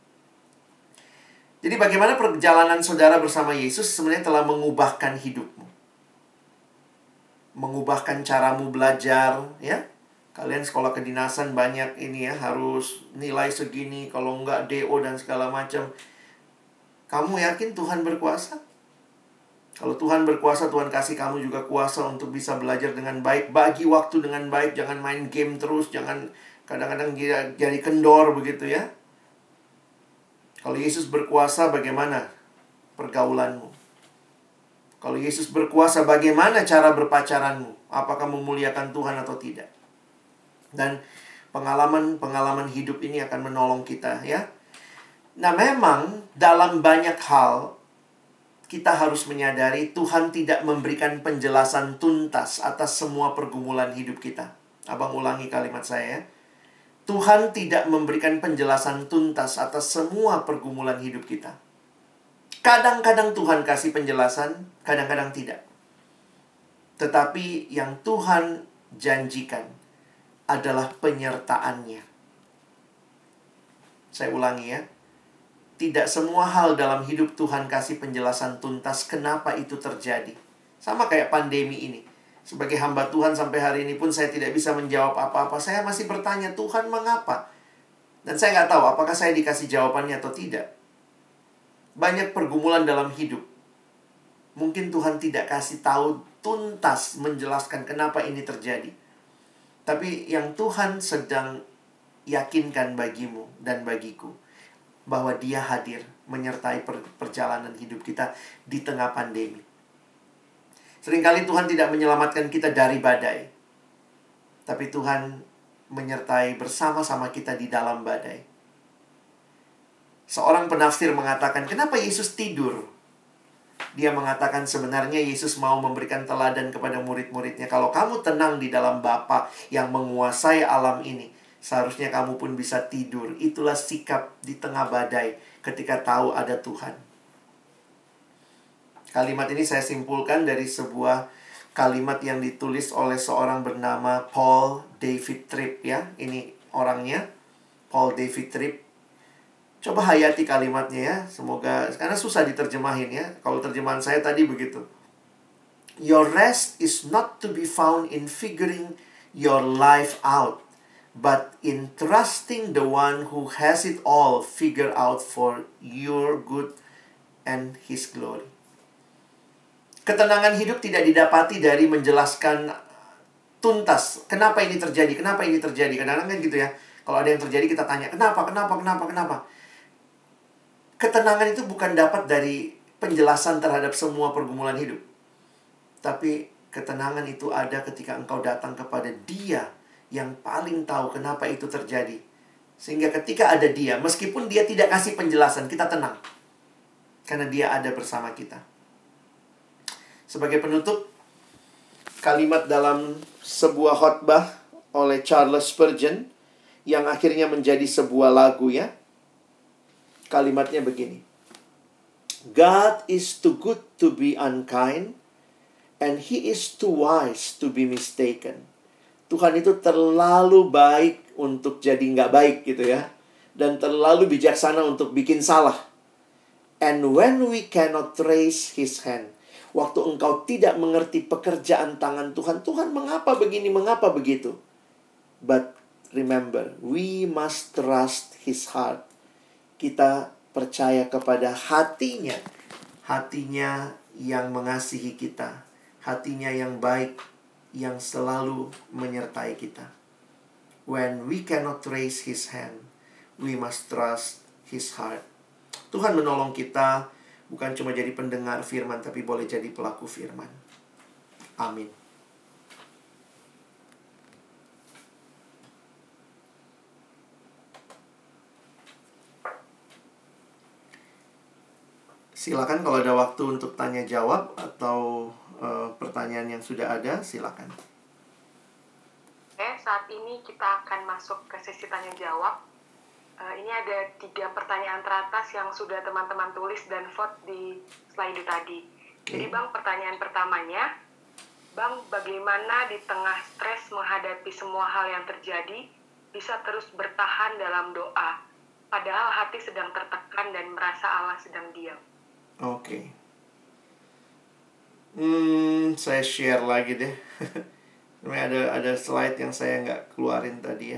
B: Jadi bagaimana perjalanan saudara bersama Yesus sebenarnya telah mengubahkan hidupmu. Mengubahkan caramu belajar ya. Kalian sekolah kedinasan banyak ini ya, harus nilai segini, kalau enggak DO dan segala macam. Kamu yakin Tuhan berkuasa? Kalau Tuhan berkuasa, Tuhan kasih kamu juga kuasa untuk bisa belajar dengan baik, bagi waktu dengan baik, jangan main game terus, jangan kadang-kadang jadi kendor begitu ya. Kalau Yesus berkuasa, bagaimana pergaulanmu? Kalau Yesus berkuasa, bagaimana cara berpacaranmu? Apakah memuliakan Tuhan atau tidak? Dan pengalaman hidup ini akan menolong kita ya. Nah memang dalam banyak hal kita harus menyadari Tuhan tidak memberikan penjelasan tuntas atas semua pergumulan hidup kita. Abang ulangi kalimat saya ya. Tuhan tidak memberikan penjelasan tuntas atas semua pergumulan hidup kita. Kadang-kadang Tuhan kasih penjelasan, kadang-kadang tidak. Tetapi yang Tuhan janjikan adalah penyertaannya. Saya ulangi ya. Tidak semua hal dalam hidup Tuhan kasih penjelasan tuntas kenapa itu terjadi. Sama kayak pandemi ini. Sebagai hamba Tuhan sampai hari ini pun saya tidak bisa menjawab apa-apa. Saya masih bertanya, Tuhan mengapa? Dan saya nggak tahu apakah saya dikasih jawabannya atau tidak. banyak pergumulan dalam hidup. Mungkin Tuhan tidak kasih tahu tuntas menjelaskan kenapa ini terjadi. Tapi yang Tuhan sedang yakinkan bagimu dan bagiku, bahwa Dia hadir menyertai perjalanan hidup kita di tengah pandemi. Seringkali Tuhan tidak menyelamatkan kita dari badai, tapi Tuhan menyertai bersama-sama kita di dalam badai. Seorang penafsir mengatakan, kenapa Yesus tidur? Dia mengatakan sebenarnya Yesus mau memberikan teladan kepada murid-muridnya. Kalau kamu tenang di dalam Bapa yang menguasai alam ini, seharusnya kamu pun bisa tidur. Itulah sikap di tengah badai ketika tahu ada Tuhan. Kalimat ini saya simpulkan dari sebuah kalimat yang ditulis oleh seorang bernama Paul David Tripp, ya. Ini orangnya, Paul David Tripp. Coba hayati kalimatnya ya. Semoga, karena susah diterjemahin ya. Kalau terjemahan saya tadi begitu. Your rest is not to be found in figuring your life out, but in trusting the one who has it all figured out for your good and His glory. Ketenangan hidup tidak didapati dari menjelaskan tuntas kenapa ini terjadi, kenapa ini terjadi. Kadang-kadang kan gitu ya. Kalau ada yang terjadi kita tanya, kenapa. Ketenangan itu bukan dapat dari penjelasan terhadap semua pergumulan hidup. Tapi ketenangan itu ada ketika engkau datang kepada Dia yang paling tahu kenapa itu terjadi. Sehingga ketika ada Dia, meskipun Dia tidak kasih penjelasan, kita tenang. Karena Dia ada bersama kita. Sebagai penutup, kalimat dalam sebuah khotbah oleh Charles Spurgeon yang akhirnya menjadi sebuah lagu ya. Kalimatnya begini. God is too good to be unkind, and He is too wise to be mistaken. Tuhan itu terlalu baik untuk jadi nggak baik gitu ya. Dan terlalu bijaksana untuk bikin salah. And when we cannot trace His hand, waktu engkau tidak mengerti pekerjaan tangan Tuhan, Tuhan mengapa begini, mengapa begitu? But remember, we must trust His heart. Kita percaya kepada hatinya. Hatinya yang mengasihi kita. Hatinya yang baik, yang selalu menyertai kita. When we cannot trace His hand, we must trust His heart. Tuhan menolong kita bukan cuma jadi pendengar firman, tapi boleh jadi pelaku firman. Amin. Silakan kalau ada waktu untuk tanya jawab atau pertanyaan yang sudah ada, silakan.
C: Oke, saat ini kita akan masuk ke sesi tanya jawab. Ini ada 3 pertanyaan teratas yang sudah teman-teman tulis dan vote di slide tadi. Jadi Bang, pertanyaan pertamanya, Bang, bagaimana di tengah stres menghadapi semua hal yang terjadi, bisa terus bertahan dalam doa, padahal hati sedang tertekan dan merasa Allah sedang diam?
B: Oke. Saya share lagi deh. ada slide yang saya nggak keluarin tadi ya.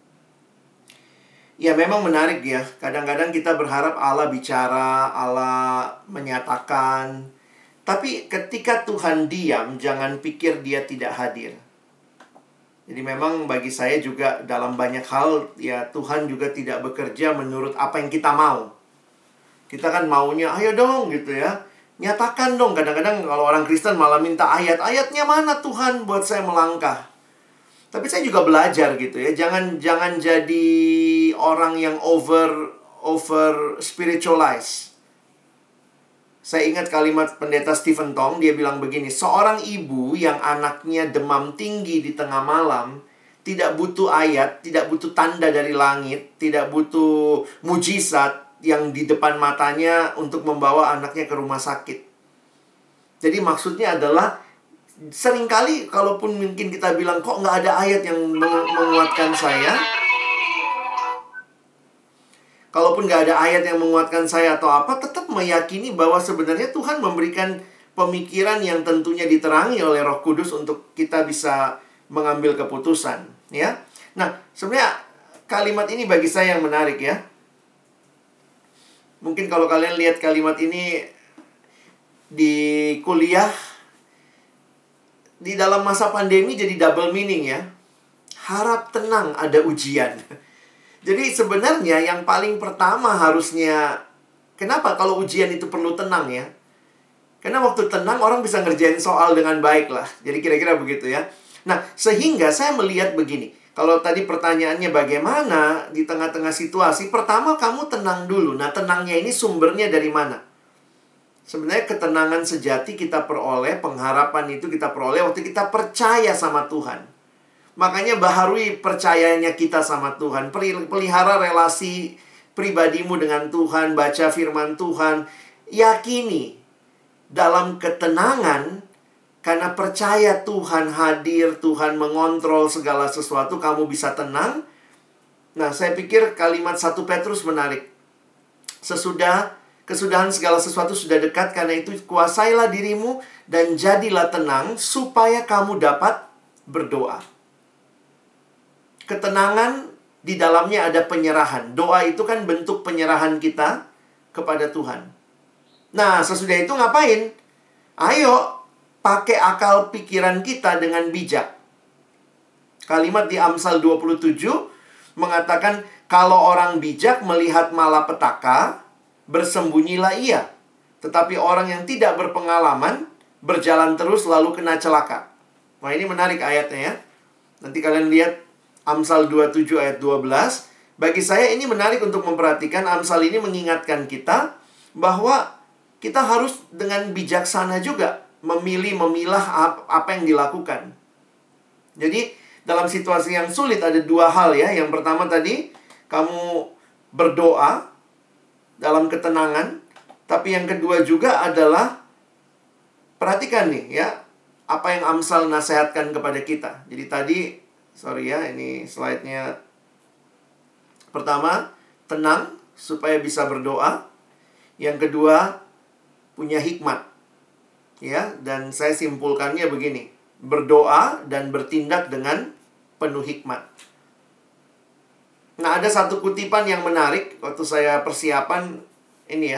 B: Ya memang menarik ya. Kadang-kadang kita berharap Allah bicara, Allah menyatakan. Tapi ketika Tuhan diam, jangan pikir Dia tidak hadir. Jadi memang bagi saya juga dalam banyak hal, ya Tuhan juga tidak bekerja menurut apa yang kita mau. Kita kan maunya, ayo dong gitu ya. Nyatakan dong. Kadang-kadang kalau orang Kristen malah minta ayat-ayatnya mana Tuhan buat saya melangkah. Tapi saya juga belajar gitu ya. Jangan jadi orang yang over spiritualize. Saya ingat kalimat pendeta Stephen Tong, dia bilang begini, seorang ibu yang anaknya demam tinggi di tengah malam tidak butuh ayat, tidak butuh tanda dari langit, tidak butuh mujizat yang di depan matanya untuk membawa anaknya ke rumah sakit. Jadi maksudnya adalah seringkali kalaupun mungkin kita bilang kok nggak ada ayat yang menguatkan saya, kalaupun nggak ada ayat yang menguatkan saya atau apa, tetap meyakini bahwa sebenarnya Tuhan memberikan pemikiran yang tentunya diterangi oleh Roh Kudus untuk kita bisa mengambil keputusan, ya. Nah, sebenarnya kalimat ini bagi saya yang menarik ya. Mungkin kalau kalian lihat kalimat ini di kuliah, di dalam masa pandemi jadi double meaning ya. Harap tenang ada ujian. Jadi sebenarnya yang paling pertama harusnya, kenapa kalau ujian itu perlu tenang ya? Karena waktu tenang orang bisa ngerjain soal dengan baik lah. Jadi kira-kira begitu ya. Nah, sehingga saya melihat begini. Kalau tadi pertanyaannya bagaimana di tengah-tengah situasi, pertama kamu tenang dulu. Nah, tenangnya ini sumbernya dari mana? Sebenarnya ketenangan sejati kita peroleh, pengharapan itu kita peroleh waktu kita percaya sama Tuhan. Makanya baharui percayanya kita sama Tuhan. Pelihara relasi pribadimu dengan Tuhan, baca firman Tuhan. Yakini dalam ketenangan, karena percaya Tuhan hadir, Tuhan mengontrol segala sesuatu, kamu bisa tenang. Nah, saya pikir kalimat 1 Petrus menarik. Kesudahan segala sesuatu sudah dekat, karena itu kuasailah dirimu dan jadilah tenang supaya kamu dapat berdoa. Ketenangan di dalamnya ada penyerahan. Doa itu kan bentuk penyerahan kita kepada Tuhan. Nah, sesudah itu ngapain? Ayo, pakai akal pikiran kita dengan bijak. Kalimat di Amsal 27 mengatakan, kalau orang bijak melihat malapetaka, bersembunyilah ia. Tetapi orang yang tidak berpengalaman, berjalan terus lalu kena celaka. Nah, ini menarik ayatnya ya. Nanti kalian lihat Amsal 27 ayat 12. Bagi saya ini menarik untuk memperhatikan. Amsal ini mengingatkan kita bahwa kita harus dengan bijaksana juga memilah apa yang dilakukan. Jadi dalam situasi yang sulit ada dua hal ya. Yang pertama tadi, kamu berdoa dalam ketenangan. Tapi yang kedua juga adalah, perhatikan nih ya, apa yang Amsal nasihatkan kepada kita. Jadi tadi, sorry ya, ini slide-nya. Pertama, tenang supaya bisa berdoa. Yang kedua, punya hikmat. Ya, dan saya simpulkannya begini. Berdoa dan bertindak dengan penuh hikmat. Nah, ada satu kutipan yang menarik waktu saya persiapan ini ya.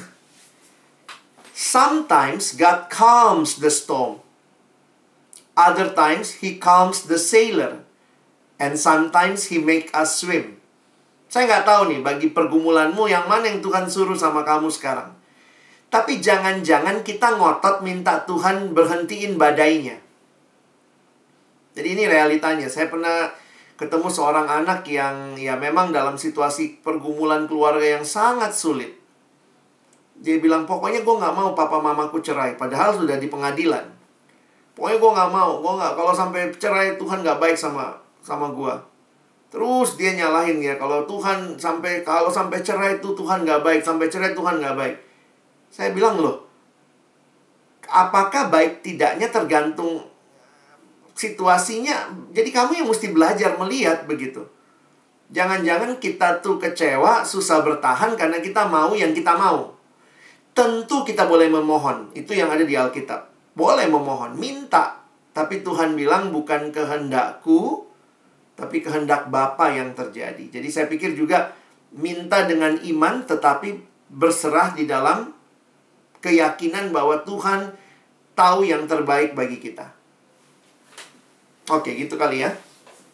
B: Sometimes God calms the storm. Other times He calms the sailor. And sometimes He make us swim. Saya nggak tahu nih, bagi pergumulanmu yang mana yang Tuhan suruh sama kamu sekarang. Tapi jangan-jangan kita ngotot minta Tuhan berhentiin badainya. Jadi ini realitanya. Saya pernah ketemu seorang anak yang ya memang dalam situasi pergumulan keluarga yang sangat sulit. Dia bilang, pokoknya gue nggak mau papa mamaku cerai. Padahal sudah di pengadilan. Pokoknya gue nggak mau. Kalau sampai cerai, Tuhan nggak baik sama gue. Terus dia nyalahin ya, kalau sampai cerai itu Tuhan nggak baik. Sampai cerai Tuhan nggak baik. Saya bilang loh, apakah baik tidaknya tergantung situasinya. Jadi kamu yang mesti belajar melihat begitu. Jangan-jangan kita tuh kecewa, susah bertahan karena kita mau yang kita mau. Tentu kita boleh memohon. Itu yang ada di Alkitab. Boleh memohon, minta. Tapi Tuhan bilang bukan kehendakku, tapi kehendak Bapa yang terjadi. Jadi saya pikir juga minta dengan iman, tetapi berserah di dalam keyakinan bahwa Tuhan tahu yang terbaik bagi kita. Oke, gitu kali ya.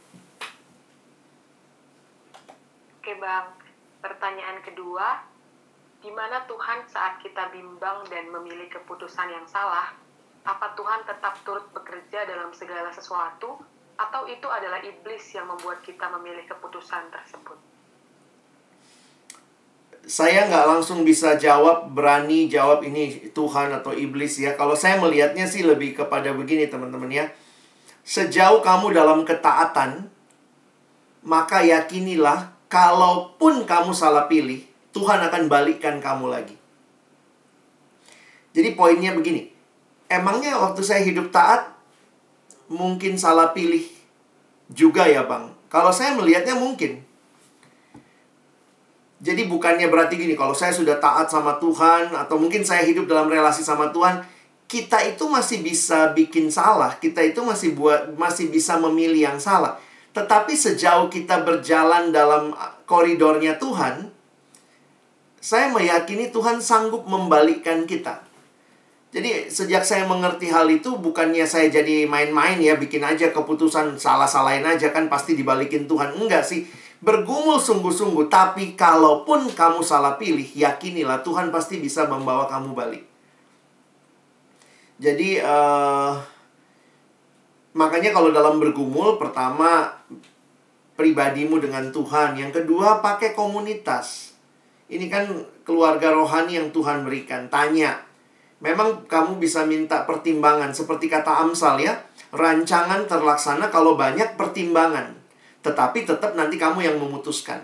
C: Oke Bang, pertanyaan kedua, di mana Tuhan saat kita bimbang dan memilih keputusan yang salah? Apa Tuhan tetap turut bekerja dalam segala sesuatu? Atau itu adalah iblis yang membuat kita memilih keputusan tersebut?
B: Saya nggak langsung bisa berani jawab ini Tuhan atau iblis ya. Kalau saya melihatnya sih lebih kepada begini teman-teman ya. Sejauh kamu dalam ketaatan, maka yakinilah kalaupun kamu salah pilih, Tuhan akan balikkan kamu lagi. Jadi poinnya begini. Emangnya waktu saya hidup taat, mungkin salah pilih juga ya Bang? Kalau saya melihatnya mungkin. Jadi bukannya berarti gini, kalau saya sudah taat sama Tuhan, atau mungkin saya hidup dalam relasi sama Tuhan, kita itu masih bisa bikin salah, kita itu masih bisa memilih yang salah. Tetapi sejauh kita berjalan dalam koridornya Tuhan, saya meyakini Tuhan sanggup membalikkan kita. Jadi sejak saya mengerti hal itu, bukannya saya jadi main-main ya, bikin aja keputusan salah-salahin aja kan pasti dibalikin Tuhan. Enggak sih, bergumul sungguh-sungguh. Tapi kalaupun kamu salah pilih, yakinilah Tuhan pasti bisa membawa kamu balik. Jadi makanya kalau dalam bergumul, pertama pribadimu dengan Tuhan. Yang kedua, pakai komunitas. Ini kan keluarga rohani yang Tuhan berikan. Tanya. Memang kamu bisa minta pertimbangan. Seperti kata Amsal ya. Rancangan terlaksana kalau banyak pertimbangan. Tetapi tetap nanti kamu yang memutuskan.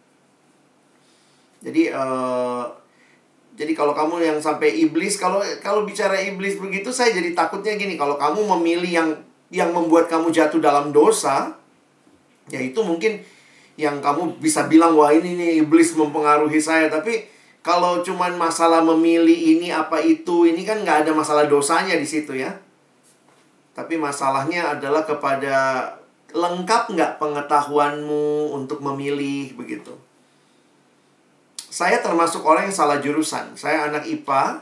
B: Jadi kalau kamu yang sampai iblis, kalau bicara iblis begitu, saya jadi takutnya gini. Kalau kamu memilih yang membuat kamu jatuh dalam dosa, ya itu mungkin yang kamu bisa bilang, wah ini nih iblis mempengaruhi saya. Tapi kalau cuman masalah memilih ini apa itu, ini kan nggak ada masalah dosanya di situ ya. Tapi masalahnya adalah kepada lengkap nggak pengetahuanmu untuk memilih begitu. Saya termasuk orang yang salah jurusan. Saya anak IPA,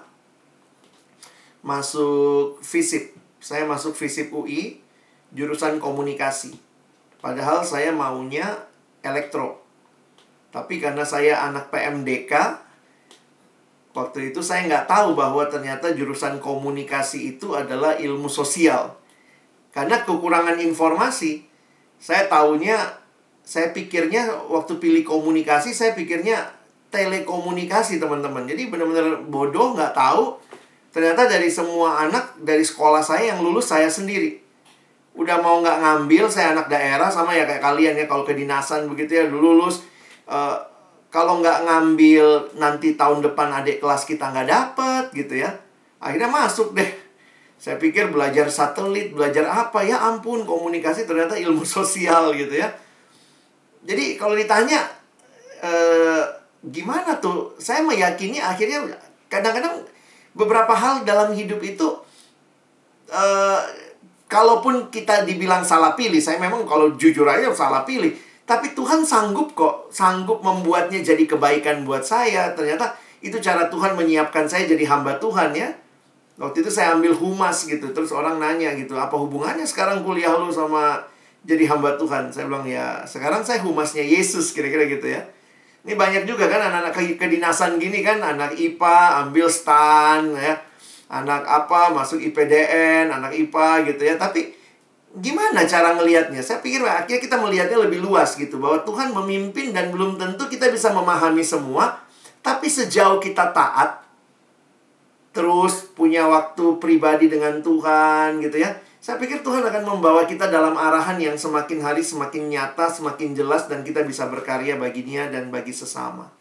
B: masuk FISIP. Saya masuk FISIP UI, jurusan komunikasi. Padahal saya maunya elektro. Tapi karena saya anak PMDK, waktu itu saya nggak tahu bahwa ternyata jurusan komunikasi itu adalah ilmu sosial. Karena kekurangan informasi, saya pikirnya waktu pilih komunikasi, saya pikirnya telekomunikasi teman-teman. Jadi benar-benar bodoh, nggak tahu. Ternyata dari semua anak dari sekolah saya yang lulus saya sendiri. Udah mau nggak ngambil, saya anak daerah sama ya kayak kalian ya. Kalau kedinasan begitu ya, lulus. Kalau nggak ngambil, nanti tahun depan adik kelas kita nggak dapet gitu ya. Akhirnya masuk deh. Saya pikir belajar satelit, belajar apa ya, ampun, komunikasi ternyata ilmu sosial gitu ya. Jadi kalau ditanya gimana tuh, saya meyakini akhirnya kadang-kadang beberapa hal dalam hidup itu kalaupun kita dibilang salah pilih, saya memang kalau jujur aja salah pilih. Tapi Tuhan sanggup kok, sanggup membuatnya jadi kebaikan buat saya. Ternyata itu cara Tuhan menyiapkan saya jadi hamba Tuhan ya. Waktu itu saya ambil humas gitu. Terus orang nanya gitu, apa hubungannya sekarang kuliah lu sama jadi hamba Tuhan? Saya bilang ya, sekarang saya humasnya Yesus, kira-kira gitu ya. Ini banyak juga kan anak-anak kedinasan gini kan. Anak IPA ambil STAN ya. Anak apa masuk IPDN, anak IPA gitu ya. Tapi gimana cara ngelihatnya? Saya pikir akhirnya kita melihatnya lebih luas gitu. Bahwa Tuhan memimpin dan belum tentu kita bisa memahami semua. Tapi sejauh kita taat, terus punya waktu pribadi dengan Tuhan gitu ya. Saya pikir Tuhan akan membawa kita dalam arahan yang semakin hari semakin nyata, semakin jelas. Dan kita bisa berkarya bagi Dia dan bagi sesama.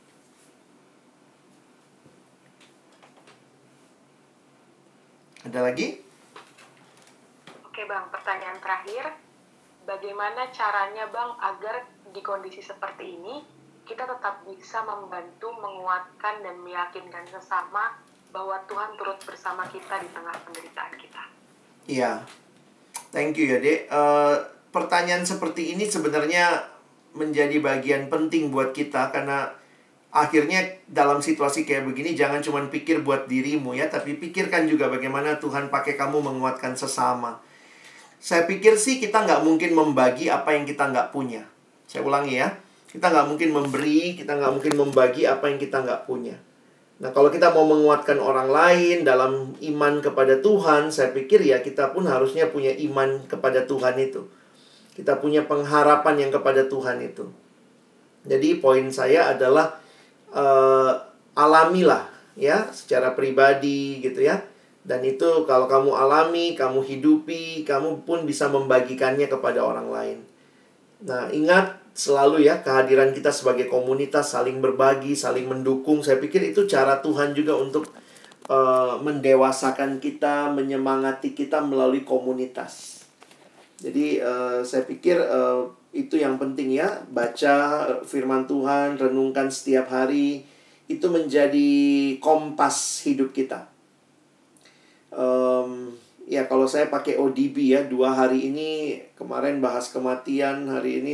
B: Ada lagi?
C: Oke Bang, pertanyaan terakhir. Bagaimana caranya Bang agar di kondisi seperti ini kita tetap bisa membantu, menguatkan, dan meyakinkan sesama bahwa Tuhan turut bersama kita di tengah penderitaan kita?
B: Iya, thank you ya Dek. Pertanyaan seperti ini sebenarnya menjadi bagian penting buat kita. Karena akhirnya dalam situasi kayak begini jangan cuma pikir buat dirimu ya, tapi pikirkan juga bagaimana Tuhan pakai kamu menguatkan sesama. Saya pikir sih kita nggak mungkin membagi apa yang kita nggak punya. Saya ulangi ya, kita nggak mungkin memberi, kita nggak mungkin membagi apa yang kita nggak punya. Nah, kalau kita mau menguatkan orang lain dalam iman kepada Tuhan, saya pikir ya kita pun harusnya punya iman kepada Tuhan itu. Kita punya pengharapan yang kepada Tuhan itu. Jadi poin saya adalah alamilah ya secara pribadi gitu ya. Dan itu kalau kamu alami, kamu hidupi, kamu pun bisa membagikannya kepada orang lain. Nah, ingat selalu ya, kehadiran kita sebagai komunitas, saling berbagi, saling mendukung. Saya pikir itu cara Tuhan juga untuk mendewasakan kita, menyemangati kita melalui komunitas. Jadi saya pikir itu yang penting ya. Baca firman Tuhan, renungkan setiap hari. Itu menjadi kompas hidup kita. Ya kalau saya pakai ODB ya, 2 hari ini kemarin bahas kematian, hari ini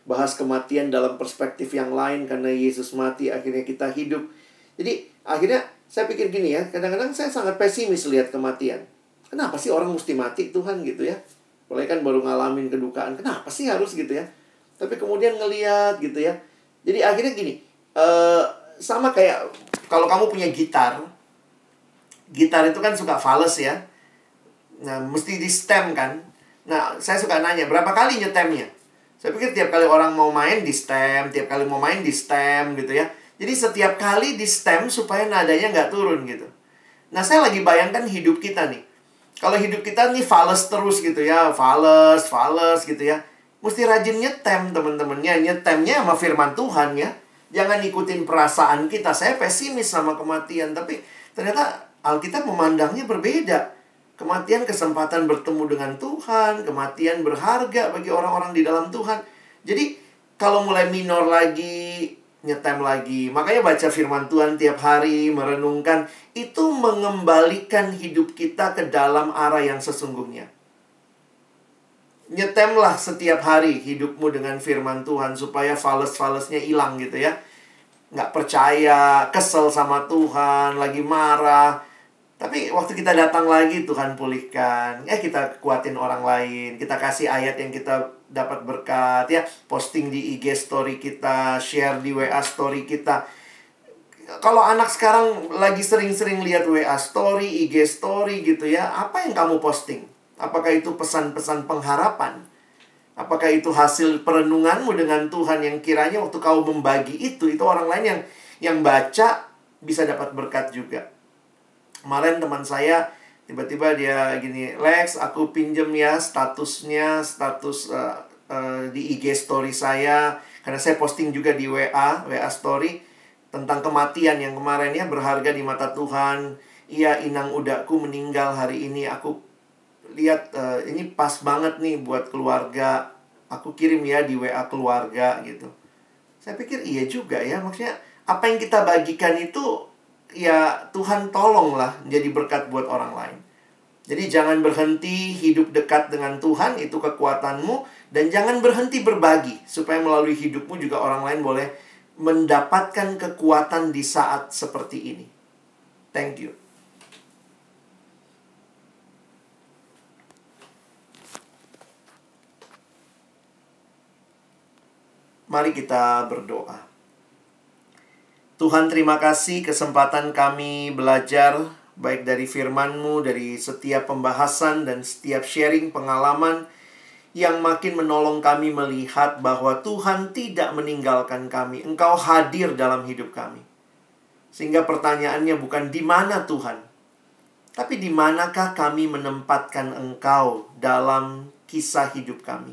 B: bahas kematian dalam perspektif yang lain. Karena Yesus mati, akhirnya kita hidup. Jadi akhirnya saya pikir gini ya, kadang-kadang saya sangat pesimis lihat kematian. Kenapa sih orang mesti mati Tuhan gitu ya? Mulai kan baru ngalamin kedukaan, kenapa sih harus gitu ya? Tapi kemudian ngeliat gitu ya. Jadi akhirnya gini, sama kayak kalau kamu punya gitar. Gitar itu kan suka fales ya. Nah, mesti di stem kan. Nah, saya suka nanya, berapa kali nyetemnya? Saya pikir tiap kali orang mau main di stem, tiap kali mau main di stem gitu ya. Jadi setiap kali di stem supaya nadanya nggak turun gitu. Nah, saya lagi bayangkan hidup kita nih. Kalau hidup kita nih fales terus gitu ya, fales gitu ya. Mesti rajin nyetem teman-temannya. Nyetemnya sama firman Tuhan ya. Jangan ikutin perasaan kita. Saya pesimis sama kematian. Tapi ternyata Alkitab memandangnya berbeda. Kematian kesempatan bertemu dengan Tuhan. Kematian berharga bagi orang-orang di dalam Tuhan. Jadi kalau mulai minor lagi, nyetem lagi. Makanya baca firman Tuhan tiap hari, merenungkan. Itu mengembalikan hidup kita ke dalam arah yang sesungguhnya. Nyetemlah setiap hari hidupmu dengan firman Tuhan. Supaya fales-falesnya hilang gitu ya. Nggak percaya, kesel sama Tuhan, lagi marah. Tapi waktu kita datang lagi, Tuhan pulihkan. Kita kuatin orang lain. Kita kasih ayat yang kita dapat berkat ya. Posting di IG story kita, share di WA story kita. Kalau anak sekarang lagi sering-sering lihat WA story, IG story gitu ya. Apa yang kamu posting? Apakah itu pesan-pesan pengharapan? Apakah itu hasil perenunganmu dengan Tuhan yang kiranya waktu kau membagi itu orang lain yang baca bisa dapat berkat juga. Kemarin teman saya tiba-tiba dia gini, Lex, aku pinjem ya status di IG story saya. Karena saya posting juga di WA story tentang kematian yang kemarin ya, berharga di mata Tuhan. Iya, inang udakku meninggal hari ini. Aku lihat ini pas banget nih buat keluarga. Aku kirim ya di WA keluarga gitu. Saya pikir iya juga ya. Maksudnya apa yang kita bagikan itu ya Tuhan tolonglah jadi berkat buat orang lain. Jadi jangan berhenti hidup dekat dengan Tuhan, itu kekuatanmu. Dan jangan berhenti berbagi, supaya melalui hidupmu juga orang lain boleh mendapatkan kekuatan di saat seperti ini. Thank you. Mari kita berdoa. Tuhan, terima kasih kesempatan kami belajar baik dari firman-Mu, dari setiap pembahasan dan setiap sharing pengalaman yang makin menolong kami melihat bahwa Tuhan tidak meninggalkan kami. Engkau hadir dalam hidup kami. Sehingga pertanyaannya bukan di mana Tuhan, tapi di manakah kami menempatkan Engkau dalam kisah hidup kami.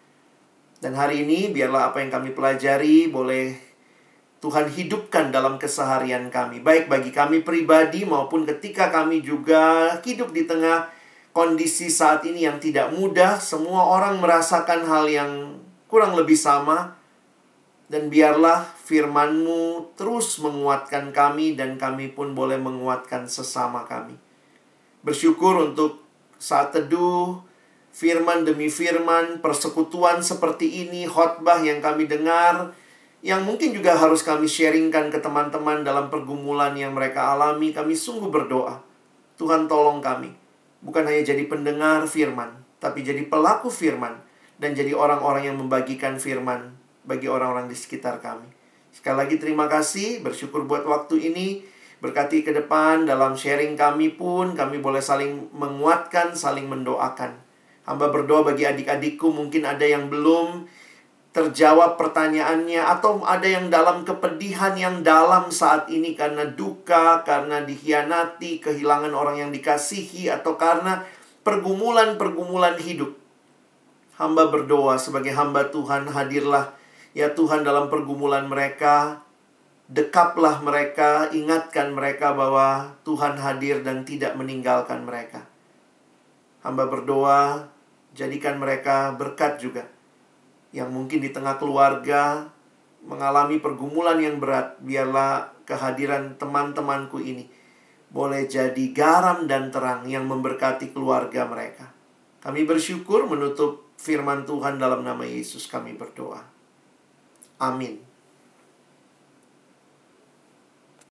B: Dan hari ini biarlah apa yang kami pelajari boleh Tuhan hidupkan dalam keseharian kami. Baik bagi kami pribadi maupun ketika kami juga hidup di tengah kondisi saat ini yang tidak mudah. Semua orang merasakan hal yang kurang lebih sama. Dan biarlah firman-Mu terus menguatkan kami dan kami pun boleh menguatkan sesama kami. Bersyukur untuk saat teduh, firman demi firman, persekutuan seperti ini, khotbah yang kami dengar, yang mungkin juga harus kami sharingkan ke teman-teman dalam pergumulan yang mereka alami. Kami sungguh berdoa, Tuhan tolong kami. Bukan hanya jadi pendengar firman, tapi jadi pelaku firman. Dan jadi orang-orang yang membagikan firman bagi orang-orang di sekitar kami. Sekali lagi terima kasih, bersyukur buat waktu ini. Berkati ke depan dalam sharing kami pun, kami boleh saling menguatkan, saling mendoakan. Hamba berdoa bagi adik-adikku, mungkin ada yang belum terjawab pertanyaannya, atau ada yang dalam kepedihan yang dalam saat ini karena duka, karena dikhianati, kehilangan orang yang dikasihi, atau karena pergumulan-pergumulan hidup. Hamba berdoa sebagai hamba Tuhan, hadirlah ya Tuhan dalam pergumulan mereka. Dekaplah mereka, ingatkan mereka bahwa Tuhan hadir dan tidak meninggalkan mereka. Hamba berdoa, jadikan mereka berkat juga. Yang mungkin di tengah keluarga mengalami pergumulan yang berat, biarlah kehadiran teman-temanku ini boleh jadi garam dan terang yang memberkati keluarga mereka. Kami bersyukur menutup firman Tuhan dalam nama Yesus kami berdoa. Amin.